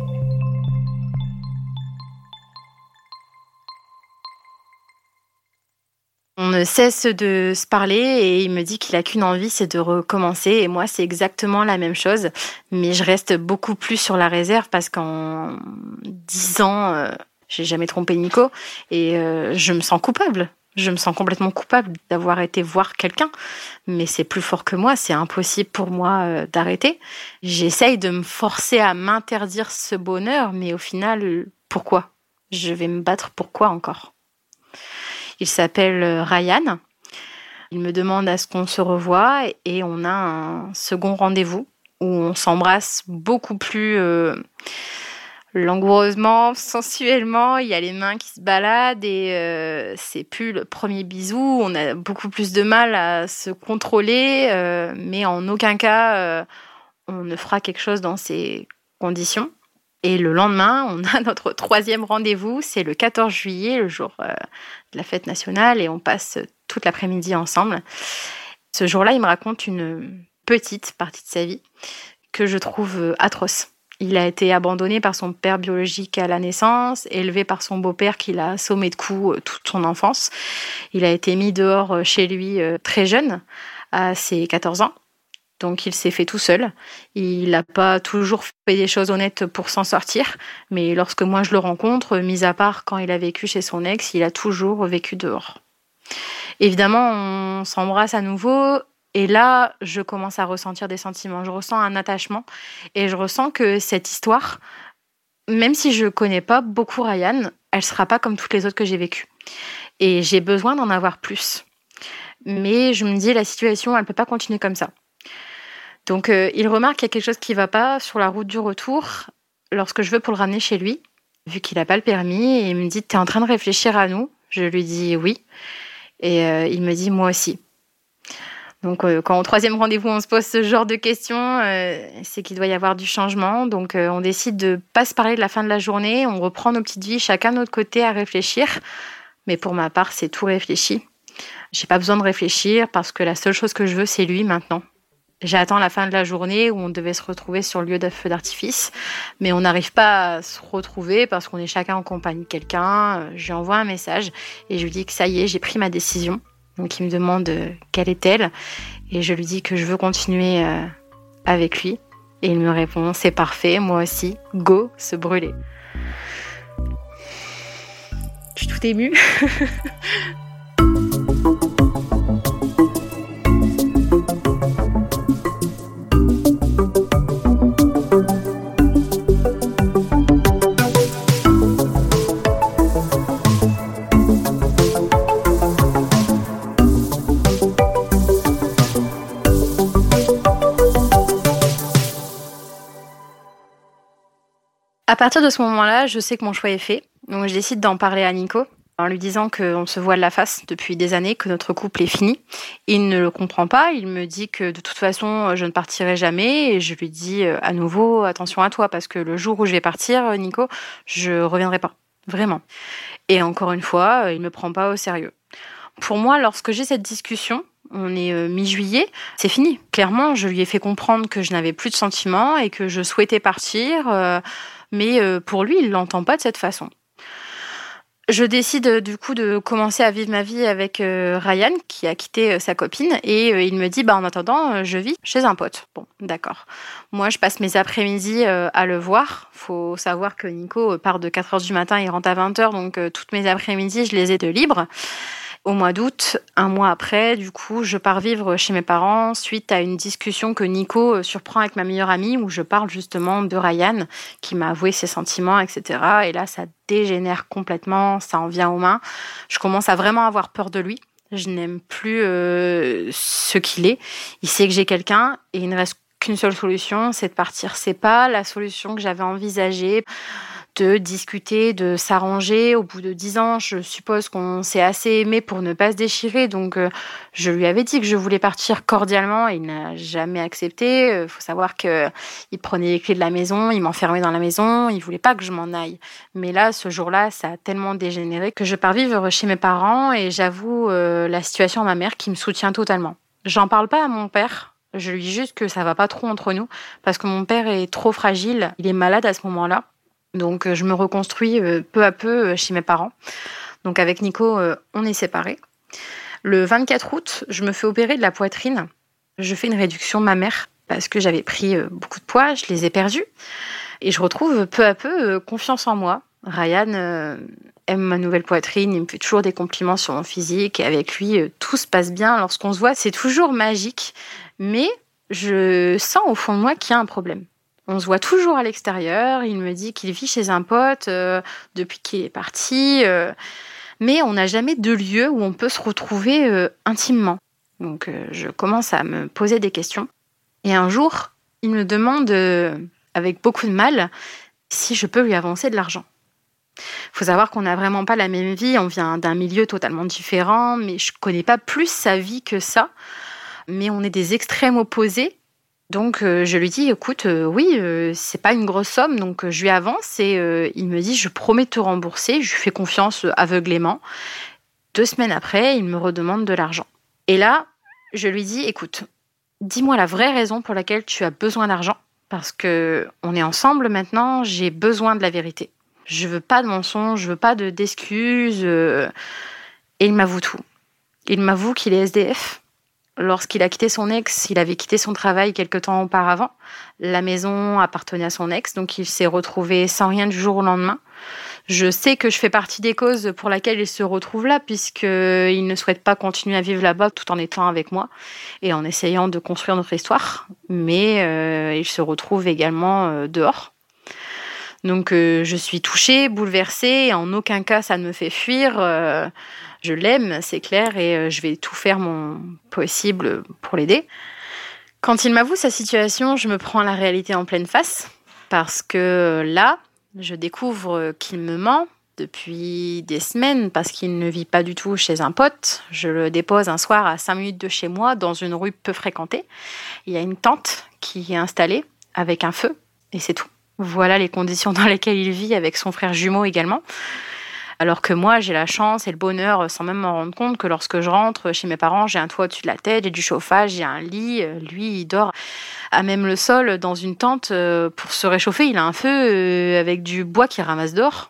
On ne cesse de se parler et il me dit qu'il a qu'une envie, c'est de recommencer. Et moi, c'est exactement la même chose. Mais je reste beaucoup plus sur la réserve parce qu'en dix ans, euh, j'ai jamais trompé Nico. Et euh, je me sens coupable. Je me sens complètement coupable d'avoir été voir quelqu'un. Mais c'est plus fort que moi. C'est impossible pour moi euh, d'arrêter. J'essaye de me forcer à m'interdire ce bonheur. Mais au final, pourquoi ? Je vais me battre pour quoi encore ? Il s'appelle Ryan. Il me demande à ce qu'on se revoie et on a un second rendez-vous où on s'embrasse beaucoup plus euh, langoureusement, sensuellement. Il y a les mains qui se baladent et euh, c'est plus le premier bisou. On a beaucoup plus de mal à se contrôler, euh, mais en aucun cas euh, on ne fera quelque chose dans ces conditions. Et le lendemain, on a notre troisième rendez-vous, c'est le quatorze juillet, le jour euh, de la fête nationale, et on passe toute l'après-midi ensemble. Ce jour-là, il me raconte une petite partie de sa vie que je trouve atroce. Il a été abandonné par son père biologique à la naissance, élevé par son beau-père qui l'a assommé de coups toute son enfance. Il a été mis dehors chez lui très jeune, à ses quatorze ans. Donc, il s'est fait tout seul. Il n'a pas toujours fait des choses honnêtes pour s'en sortir. Mais lorsque moi, je le rencontre, mis à part quand il a vécu chez son ex, il a toujours vécu dehors. Évidemment, on s'embrasse à nouveau. Et là, je commence à ressentir des sentiments. Je ressens un attachement. Et je ressens que cette histoire, même si je ne connais pas beaucoup Ryan, elle ne sera pas comme toutes les autres que j'ai vécues. Et j'ai besoin d'en avoir plus. Mais je me dis, la situation, elle ne peut pas continuer comme ça. Donc, euh, il remarque qu'il y a quelque chose qui ne va pas sur la route du retour lorsque je veux pour le ramener chez lui, vu qu'il n'a pas le permis. Et il me dit, t'es en train de réfléchir à nous ? Je lui dis oui. Et euh, il me dit, moi aussi. Donc, euh, quand au troisième rendez-vous, on se pose ce genre de questions, euh, c'est qu'il doit y avoir du changement. Donc, euh, on décide de ne pas se parler de la fin de la journée. On reprend nos petites vies, chacun de notre côté, à réfléchir. Mais pour ma part, c'est tout réfléchi. J'ai pas besoin de réfléchir parce que la seule chose que je veux, c'est lui maintenant. J'attends la fin de la journée où on devait se retrouver sur le lieu de feu d'artifice, mais on n'arrive pas à se retrouver parce qu'on est chacun en compagnie de quelqu'un. Je lui envoie un message et je lui dis que ça y est, j'ai pris ma décision. Donc il me demande quelle est-elle et je lui dis que je veux continuer avec lui. Et il me répond, c'est parfait, moi aussi, go, se brûler. Je suis tout émue. À partir de ce moment-là, je sais que mon choix est fait. Donc, je décide d'en parler à Nico. en lui disant qu'on se voile la face depuis des années, que notre couple est fini. Il ne le comprend pas, il me dit que de toute façon, je ne partirai jamais. Et je lui dis à nouveau, attention à toi, parce que le jour où je vais partir, Nico, je ne reviendrai pas, vraiment. Et encore une fois, il ne me prend pas au sérieux. Pour moi, lorsque j'ai cette discussion, on est mi-juillet, c'est fini. Clairement, je lui ai fait comprendre que je n'avais plus de sentiments et que je souhaitais partir, mais pour lui, il ne l'entend pas de cette façon. Je décide du coup de commencer à vivre ma vie avec euh, Ryan, qui a quitté euh, sa copine, et euh, il me dit bah en attendant euh, je vis chez un pote. Bon, d'accord. Moi je passe mes après-midi euh, à le voir. Faut savoir que Nico part de quatre heures du matin, il rentre à vingt heures, donc euh, toutes mes après-midi je les ai de libre. Au mois d'août, un mois après, du coup, je pars vivre chez mes parents suite à une discussion que Nico surprend avec ma meilleure amie où je parle justement de Ryan qui m'a avoué ses sentiments, et cetera. Et là, ça dégénère complètement, ça en vient aux mains. Je commence à vraiment avoir peur de lui. Je n'aime plus euh, ce qu'il est. Il sait que j'ai quelqu'un et il ne reste qu'une seule solution, c'est de partir. C'est pas la solution que j'avais envisagée. De discuter, de s'arranger. Au bout de dix ans, je suppose qu'on s'est assez aimé pour ne pas se déchirer. Donc, euh, je lui avais dit que je voulais partir cordialement. Il n'a jamais accepté. Il euh, faut savoir qu'il prenait les clés de la maison, il m'enfermait dans la maison. Il ne voulait pas que je m'en aille. Mais là, ce jour-là, ça a tellement dégénéré que je pars vivre chez mes parents et j'avoue euh, la situation à ma mère qui me soutient totalement. J'en parle pas à mon père. Je lui dis juste que ça va pas trop entre nous parce que mon père est trop fragile. Il est malade à ce moment-là. Donc, je me reconstruis peu à peu chez mes parents. Donc, avec Nico, on est séparés. Le vingt-quatre août, je me fais opérer de la poitrine. Je fais une réduction mammaire parce que j'avais pris beaucoup de poids, je les ai perdus. Et je retrouve peu à peu confiance en moi. Ryan aime ma nouvelle poitrine, il me fait toujours des compliments sur mon physique. Et avec lui, tout se passe bien. Lorsqu'on se voit, c'est toujours magique. Mais je sens au fond de moi qu'il y a un problème. On se voit toujours à l'extérieur. Il me dit qu'il vit chez un pote euh, depuis qu'il est parti. Euh, mais on n'a jamais de lieu où on peut se retrouver euh, intimement. Donc, euh, je commence à me poser des questions. Et un jour, il me demande, euh, avec beaucoup de mal, si je peux lui avancer de l'argent. Il faut savoir qu'on n'a vraiment pas la même vie. On vient d'un milieu totalement différent. Mais je ne connais pas plus sa vie que ça. Mais on est des extrêmes opposés. Donc, euh, je lui dis, écoute, euh, oui, euh, c'est pas une grosse somme, donc euh, je lui avance et euh, il me dit, je promets de te rembourser, je lui fais confiance euh, aveuglément. Deux semaines après, il me redemande de l'argent. Et là, je lui dis, écoute, dis-moi la vraie raison pour laquelle tu as besoin d'argent, parce que on est ensemble maintenant, j'ai besoin de la vérité. Je veux pas de mensonges, je veux pas de, d'excuses. Euh, et il m'avoue tout. Il m'avoue qu'il est S D F. Lorsqu'il a quitté son ex, il avait quitté son travail quelque temps auparavant. La maison appartenait à son ex, donc il s'est retrouvé sans rien du jour au lendemain. Je sais que je fais partie des causes pour lesquelles il se retrouve là, puisqu'il ne souhaite pas continuer à vivre là-bas tout en étant avec moi et en essayant de construire notre histoire. Mais euh, il se retrouve également euh, dehors. Donc euh, je suis touchée, bouleversée, et en aucun cas ça ne me fait fuir. Euh, Je l'aime, c'est clair, et je vais tout faire mon possible pour l'aider. Quand il m'avoue sa situation, je me prends la réalité en pleine face, parce que là, je découvre qu'il me ment depuis des semaines, parce qu'il ne vit pas du tout chez un pote. Je le dépose un soir à cinq minutes de chez moi, dans une rue peu fréquentée. Il y a une tente qui est installée, avec un feu, et c'est tout. Voilà les conditions dans lesquelles il vit, avec son frère jumeau également. Alors que moi, j'ai la chance et le bonheur, sans même m'en rendre compte, que lorsque je rentre chez mes parents, j'ai un toit au-dessus de la tête, j'ai du chauffage, j'ai un lit. Lui, il dort à même le sol dans une tente pour se réchauffer. Il a un feu avec du bois qu'il ramasse dehors.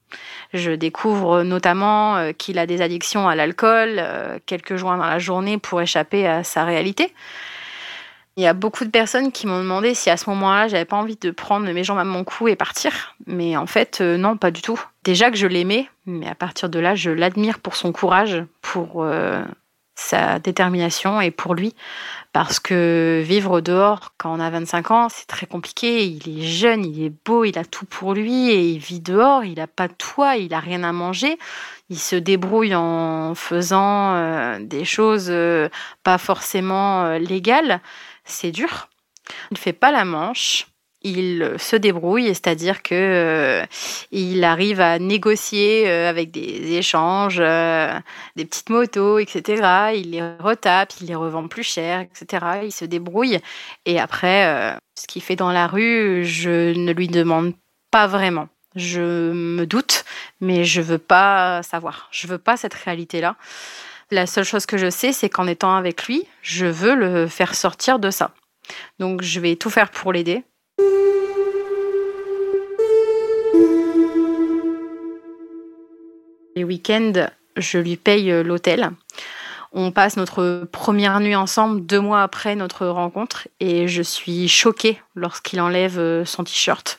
Je découvre notamment qu'il a des addictions à l'alcool, quelques joints dans la journée pour échapper à sa réalité. Il y a beaucoup de personnes qui m'ont demandé si à ce moment-là, j'avais pas envie de prendre mes jambes à mon cou et partir. Mais en fait, euh, non, pas du tout. Déjà que je l'aimais, mais à partir de là, je l'admire pour son courage, pour euh, sa détermination et pour lui. Parce que vivre dehors, quand on a vingt-cinq ans, c'est très compliqué. Il est jeune, il est beau, il a tout pour lui et il vit dehors, il n'a pas de toit, il n'a rien à manger. Il se débrouille en faisant euh, des choses euh, pas forcément euh, légales. C'est dur. Il ne fait pas la manche. il se débrouille, c'est-à-dire que euh, il arrive à négocier euh, avec des échanges, euh, des petites motos, et cetera. Il les retape, il les revend plus cher, et cetera. Il se débrouille. Et après, euh, ce qu'il fait dans la rue, je ne lui demande pas vraiment. Je me doute, mais je veux pas savoir. Je veux pas cette réalité-là. La seule chose que je sais, c'est qu'en étant avec lui, je veux le faire sortir de ça. Donc, je vais tout faire pour l'aider. Les week-ends, je lui paye l'hôtel. On passe notre première nuit ensemble deux mois après notre rencontre et je suis choquée lorsqu'il enlève son t-shirt.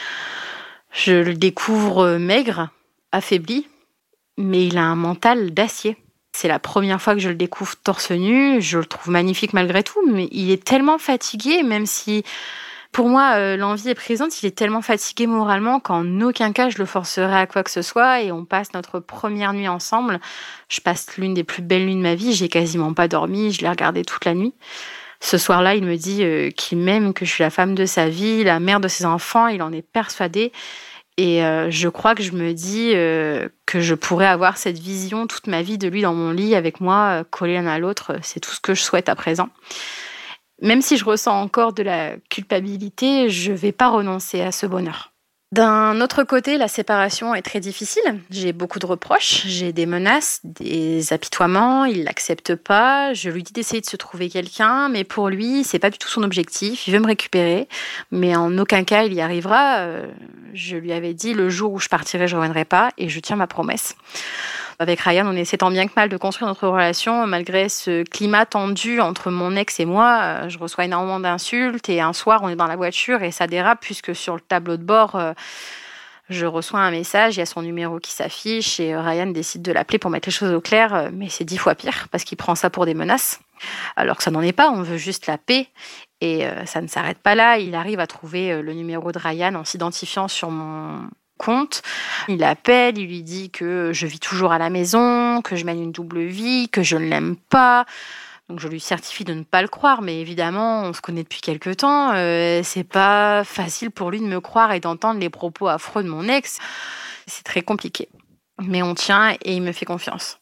Je le découvre maigre, affaibli, mais il a un mental d'acier. C'est la première fois que je le découvre torse nu. Je le trouve magnifique malgré tout, mais il est tellement fatigué, même si... Pour moi, euh, l'envie est présente. Il est tellement fatigué moralement qu'en aucun cas, je le forcerai à quoi que ce soit. Et on passe notre première nuit ensemble. Je passe l'une des plus belles nuits de ma vie. J'ai quasiment pas dormi. Je l'ai regardé toute la nuit. Ce soir-là, il me dit euh, qu'il m'aime, que je suis la femme de sa vie, la mère de ses enfants. Il en est persuadé. Et euh, je crois que je me dis euh, que je pourrais avoir cette vision toute ma vie de lui dans mon lit avec moi, euh, collés l'un à l'autre. C'est tout ce que je souhaite à présent. Même si je ressens encore de la culpabilité, je ne vais pas renoncer à ce bonheur. D'un autre côté, la séparation est très difficile. J'ai beaucoup de reproches, j'ai des menaces, des apitoiements, il l'accepte pas. Je lui dis d'essayer de se trouver quelqu'un, mais pour lui, c'est pas du tout son objectif. Il veut me récupérer, mais en aucun cas il y arrivera. Je lui avais dit le jour où je partirai, je reviendrai pas, et je tiens ma promesse. Avec Ryan, on essaie tant bien que mal de construire notre relation, malgré ce climat tendu entre mon ex et moi. Je reçois énormément d'insultes et un soir, on est dans la voiture et ça dérape puisque sur le tableau de bord, je reçois un message, il y a son numéro qui s'affiche et Ryan décide de l'appeler pour mettre les choses au clair, mais c'est dix fois pire parce qu'il prend ça pour des menaces. Alors que ça n'en est pas, on veut juste la paix et ça ne s'arrête pas là. Il arrive à trouver le numéro de Ryan en s'identifiant sur mon compte. Il appelle, il lui dit que je vis toujours à la maison, que je mène une double vie, que je ne l'aime pas. Donc je lui certifie de ne pas le croire, mais évidemment, on se connaît depuis quelque temps. Euh, c'est pas facile pour lui de me croire et d'entendre les propos affreux de mon ex. C'est très compliqué. Mais on tient et il me fait confiance.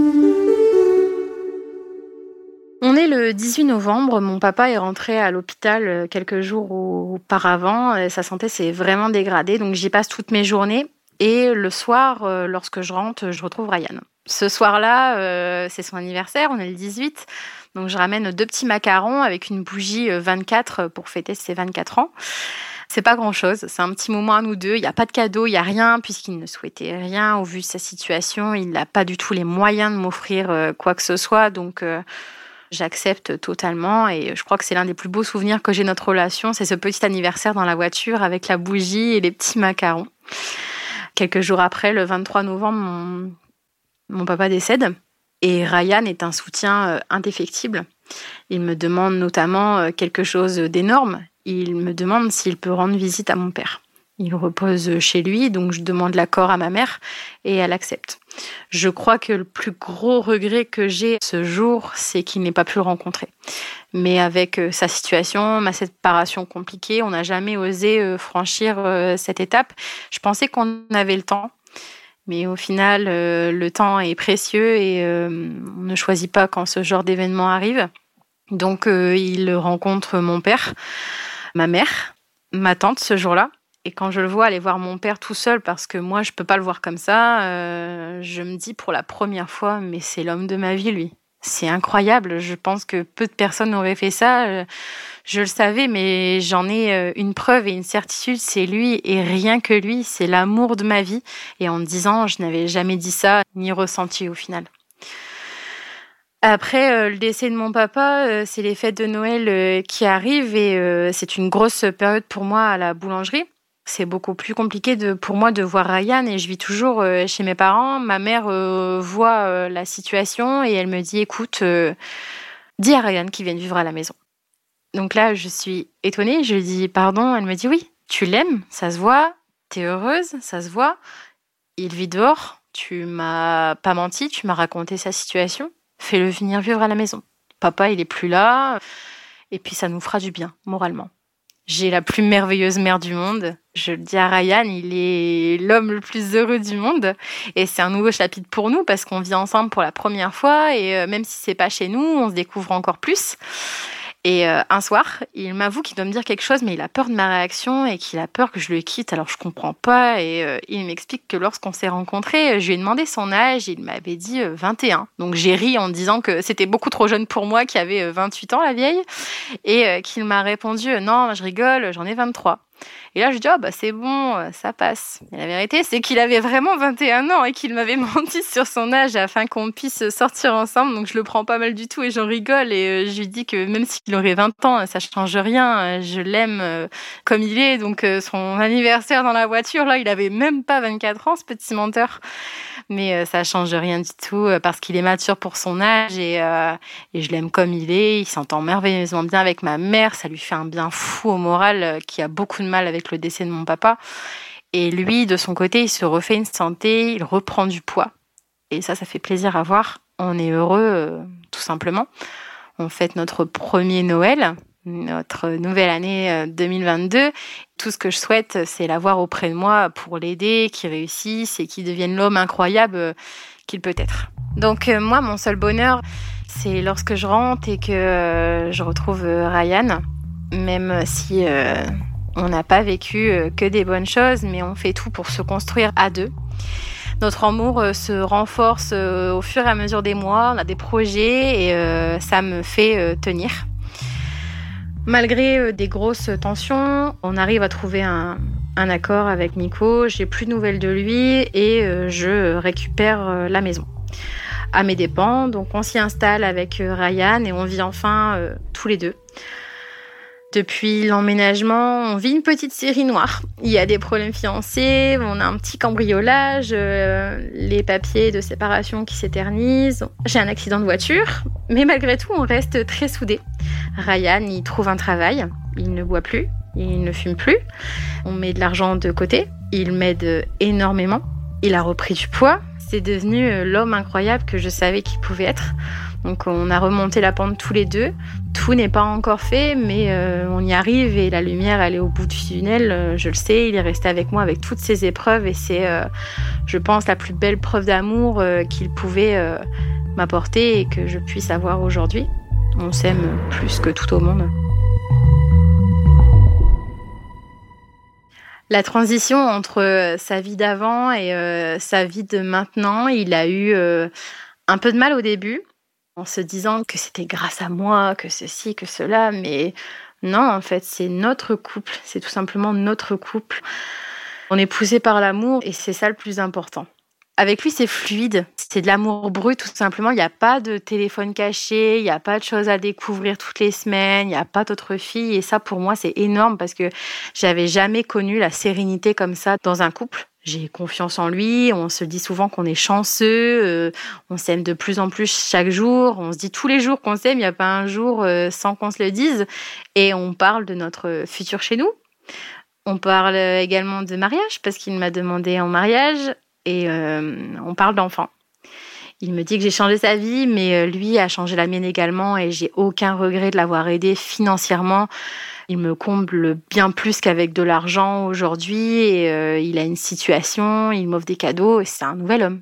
On est le dix-huit novembre, mon papa est rentré à l'hôpital quelques jours auparavant, sa santé s'est vraiment dégradée, donc j'y passe toutes mes journées. Et le soir, lorsque je rentre, je retrouve Ryan. Ce soir-là, euh, c'est son anniversaire, on est le dix-huit, donc je ramène deux petits macarons avec une bougie vingt-quatre pour fêter ses vingt-quatre ans. C'est pas grand-chose, c'est un petit moment à nous deux, il n'y a pas de cadeau, il n'y a rien, puisqu'il ne souhaitait rien au vu de sa situation, il n'a pas du tout les moyens de m'offrir euh, quoi que ce soit, donc... Euh, J'accepte totalement et je crois que c'est l'un des plus beaux souvenirs que j'ai de notre relation. C'est ce petit anniversaire dans la voiture avec la bougie et les petits macarons. Quelques jours après, le vingt-trois novembre, mon, mon papa décède et Ryan est un soutien indéfectible. Il me demande notamment quelque chose d'énorme. Il me demande s'il peut rendre visite à mon père. Il repose chez lui, donc je demande l'accord à ma mère et elle accepte. Je crois que le plus gros regret que j'ai ce jour, c'est qu'il n'ait pas pu le rencontrer. Mais avec sa situation, ma séparation compliquée, on n'a jamais osé franchir cette étape. Je pensais qu'on avait le temps, mais au final, le temps est précieux et on ne choisit pas quand ce genre d'événement arrive. Donc il rencontre mon père, ma mère, ma tante ce jour-là. Et quand je le vois aller voir mon père tout seul, parce que moi, je peux pas le voir comme ça, euh, je me dis pour la première fois, mais c'est l'homme de ma vie, lui. C'est incroyable. Je pense que peu de personnes auraient fait ça. Je le savais, mais j'en ai une preuve et une certitude, c'est lui et rien que lui. C'est l'amour de ma vie. Et en dix ans, je n'avais jamais dit ça, ni ressenti au final. Après euh, le décès de mon papa, euh, c'est les fêtes de Noël euh, qui arrivent et euh, c'est une grosse période pour moi à la boulangerie. C'est beaucoup plus compliqué de, pour moi de voir Ryan et je vis toujours euh, chez mes parents. Ma mère euh, voit euh, la situation et elle me dit « Écoute, euh, dis à Ryan qu'il vienne vivre à la maison. » Donc là, je suis étonnée. Je lui dis « Pardon ?» Elle me dit « Oui, tu l'aimes, ça se voit, t'es heureuse, ça se voit. Il vit dehors, tu m'as pas menti, tu m'as raconté sa situation. Fais-le venir vivre à la maison. Papa, il est plus là et puis ça nous fera du bien, moralement. » J'ai la plus merveilleuse mère du monde. Je le dis à Ryan, il est l'homme le plus heureux du monde. Et c'est un nouveau chapitre pour nous parce qu'on vit ensemble pour la première fois. Et même si c'est pas chez nous, on se découvre encore plus. Et euh, un soir, il m'avoue qu'il doit me dire quelque chose, mais il a peur de ma réaction et qu'il a peur que je le quitte. Alors je comprends pas. Et euh, il m'explique que lorsqu'on s'est rencontrés, je lui ai demandé son âge. Il m'avait dit euh, vingt et un. Donc j'ai ri en disant que c'était beaucoup trop jeune pour moi, qui avait euh, vingt-huit ans, la vieille. Et euh, qu'il m'a répondu euh, non, je rigole, j'en ai vingt-trois. Et là, je dis, oh, bah, c'est bon, ça passe. Mais la vérité, c'est qu'il avait vraiment vingt et un ans et qu'il m'avait menti sur son âge afin qu'on puisse sortir ensemble. Donc, je le prends pas mal du tout et j'en rigole. Et je lui dis que même s'il aurait vingt ans, ça change rien. Je l'aime comme il est. Donc, son anniversaire dans la voiture, là, il avait même pas vingt-quatre ans, ce petit menteur. Mais ça change rien du tout parce qu'il est mature pour son âge et, euh, et je l'aime comme il est. Il s'entend merveilleusement bien avec ma mère. Ça lui fait un bien fou au moral qui a beaucoup de mal avec le décès de mon papa. Et lui, de son côté, il se refait une santé, il reprend du poids. Et ça, ça fait plaisir à voir. On est heureux, euh, tout simplement. On fête notre premier Noël, notre nouvelle année deux mille vingt-deux. Tout ce que je souhaite, c'est l'avoir auprès de moi pour l'aider, qu'il réussisse et qu'il devienne l'homme incroyable qu'il peut être. Donc euh, moi, mon seul bonheur, c'est lorsque je rentre et que euh, je retrouve euh, Ryan, même si euh, on n'a pas vécu euh, que des bonnes choses, mais on fait tout pour se construire à deux. Notre amour euh, se renforce euh, au fur et à mesure des mois, on a des projets et euh, ça me fait euh, tenir. Malgré des grosses tensions, on arrive à trouver un, un accord avec Miko. J'ai plus de nouvelles de lui et je récupère la maison à mes dépens. Donc on s'y installe avec Ryan et on vit enfin euh, tous les deux. Depuis l'emménagement, on vit une petite série noire. Il y a des problèmes financiers, on a un petit cambriolage, euh, les papiers de séparation qui s'éternisent. J'ai un accident de voiture, mais malgré tout, on reste très soudés. Ryan, il trouve un travail, il ne boit plus, il ne fume plus. On met de l'argent de côté, il m'aide énormément. Il a repris du poids, c'est devenu l'homme incroyable que je savais qu'il pouvait être. Donc on a remonté la pente tous les deux. Tout n'est pas encore fait, mais euh, on y arrive et la lumière, elle est au bout du tunnel. Euh, je le sais, il est resté avec moi avec toutes ces épreuves et c'est, euh, je pense, la plus belle preuve d'amour euh, qu'il pouvait euh, m'apporter et que je puisse avoir aujourd'hui. On s'aime plus que tout au monde. La transition entre sa vie d'avant et euh, sa vie de maintenant, il a eu euh, un peu de mal au début, en se disant que c'était grâce à moi, que ceci, que cela, mais non, en fait, c'est notre couple, c'est tout simplement notre couple. On est poussé par l'amour et c'est ça le plus important. Avec lui, c'est fluide, c'est de l'amour brut, tout simplement. Il n'y a pas de téléphone caché, il n'y a pas de choses à découvrir toutes les semaines, il n'y a pas d'autres filles. Et ça, pour moi, c'est énorme parce que j'avais jamais connu la sérénité comme ça dans un couple. J'ai confiance en lui, on se dit souvent qu'on est chanceux, euh, on s'aime de plus en plus chaque jour, on se dit tous les jours qu'on s'aime, il n'y a pas un jour euh, sans qu'on se le dise. Et on parle de notre futur chez nous. On parle également de mariage parce qu'il m'a demandé en mariage. Et euh, on parle d'enfants. Il me dit que j'ai changé sa vie, mais lui a changé la mienne également et j'ai aucun regret de l'avoir aidé financièrement. Il me comble bien plus qu'avec de l'argent aujourd'hui et euh, il a une situation, il m'offre des cadeaux et c'est un nouvel homme.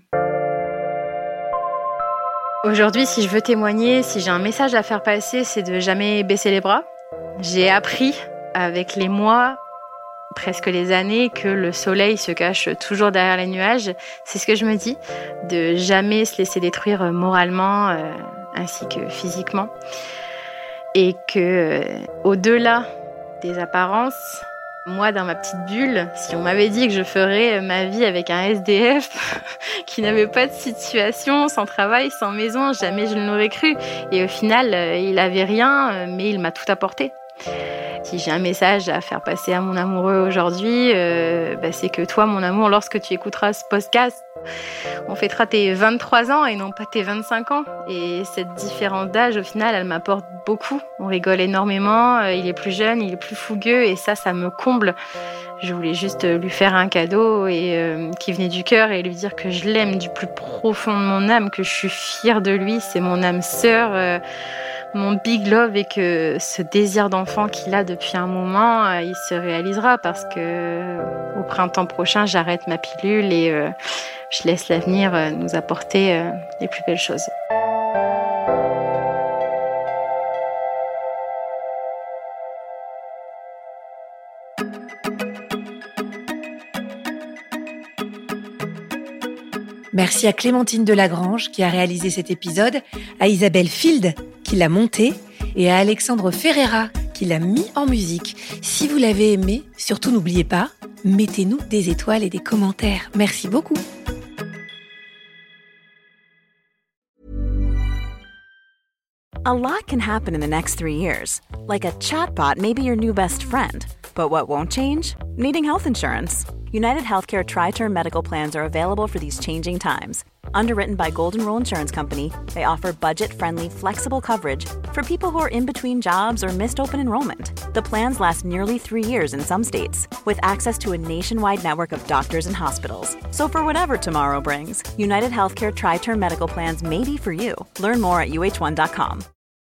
Aujourd'hui, si je veux témoigner, si j'ai un message à faire passer, c'est de jamais baisser les bras. J'ai appris avec les mois, presque les années, que le soleil se cache toujours derrière les nuages. C'est ce que je me dis, de jamais se laisser détruire moralement euh, ainsi que physiquement. Et que, euh, au-delà des apparences, moi, dans ma petite bulle, si on m'avait dit que je ferais ma vie avec un S D F qui n'avait pas de situation, sans travail, sans maison, jamais je ne l'aurais cru. Et au final, euh, il avait rien, mais il m'a tout apporté. Si j'ai un message à faire passer à mon amoureux aujourd'hui, euh, bah c'est que toi, mon amour, lorsque tu écouteras ce podcast, on fêtera tes vingt-trois ans et non pas tes vingt-cinq ans. Et cette différence d'âge, au final, elle m'apporte beaucoup. On rigole énormément, euh, il est plus jeune, il est plus fougueux et ça, ça me comble. Je voulais juste lui faire un cadeau et euh, qui venait du cœur et lui dire que je l'aime du plus profond de mon âme, que je suis fière de lui. C'est mon âme sœur, euh, mon big love et que ce désir d'enfant qu'il a depuis un moment, il se réalisera parce que au printemps prochain, j'arrête ma pilule et euh, je laisse l'avenir nous apporter euh, les plus belles choses. Merci à Clémentine Delagrange qui a réalisé cet épisode, à Isabelle Field qui l'a monté et à Alexandre Ferreira qui l'a mis en musique. Si vous l'avez aimé, surtout n'oubliez pas, mettez-nous des étoiles et des commentaires. Merci beaucoup. A lot can happen in the next three years. Like a chatbot may be your new best friend. But what won't change? Needing health insurance. United Healthcare Tri-Term Medical Plans are available for these changing times. Underwritten by Golden Rule Insurance Company, they offer budget-friendly, flexible coverage for people who are in between jobs or missed open enrollment. The plans last nearly three years in some states, with access to a nationwide network of doctors and hospitals. So for whatever tomorrow brings, United Healthcare Tri-Term Medical Plans may be for you. Learn more at U H one dot com.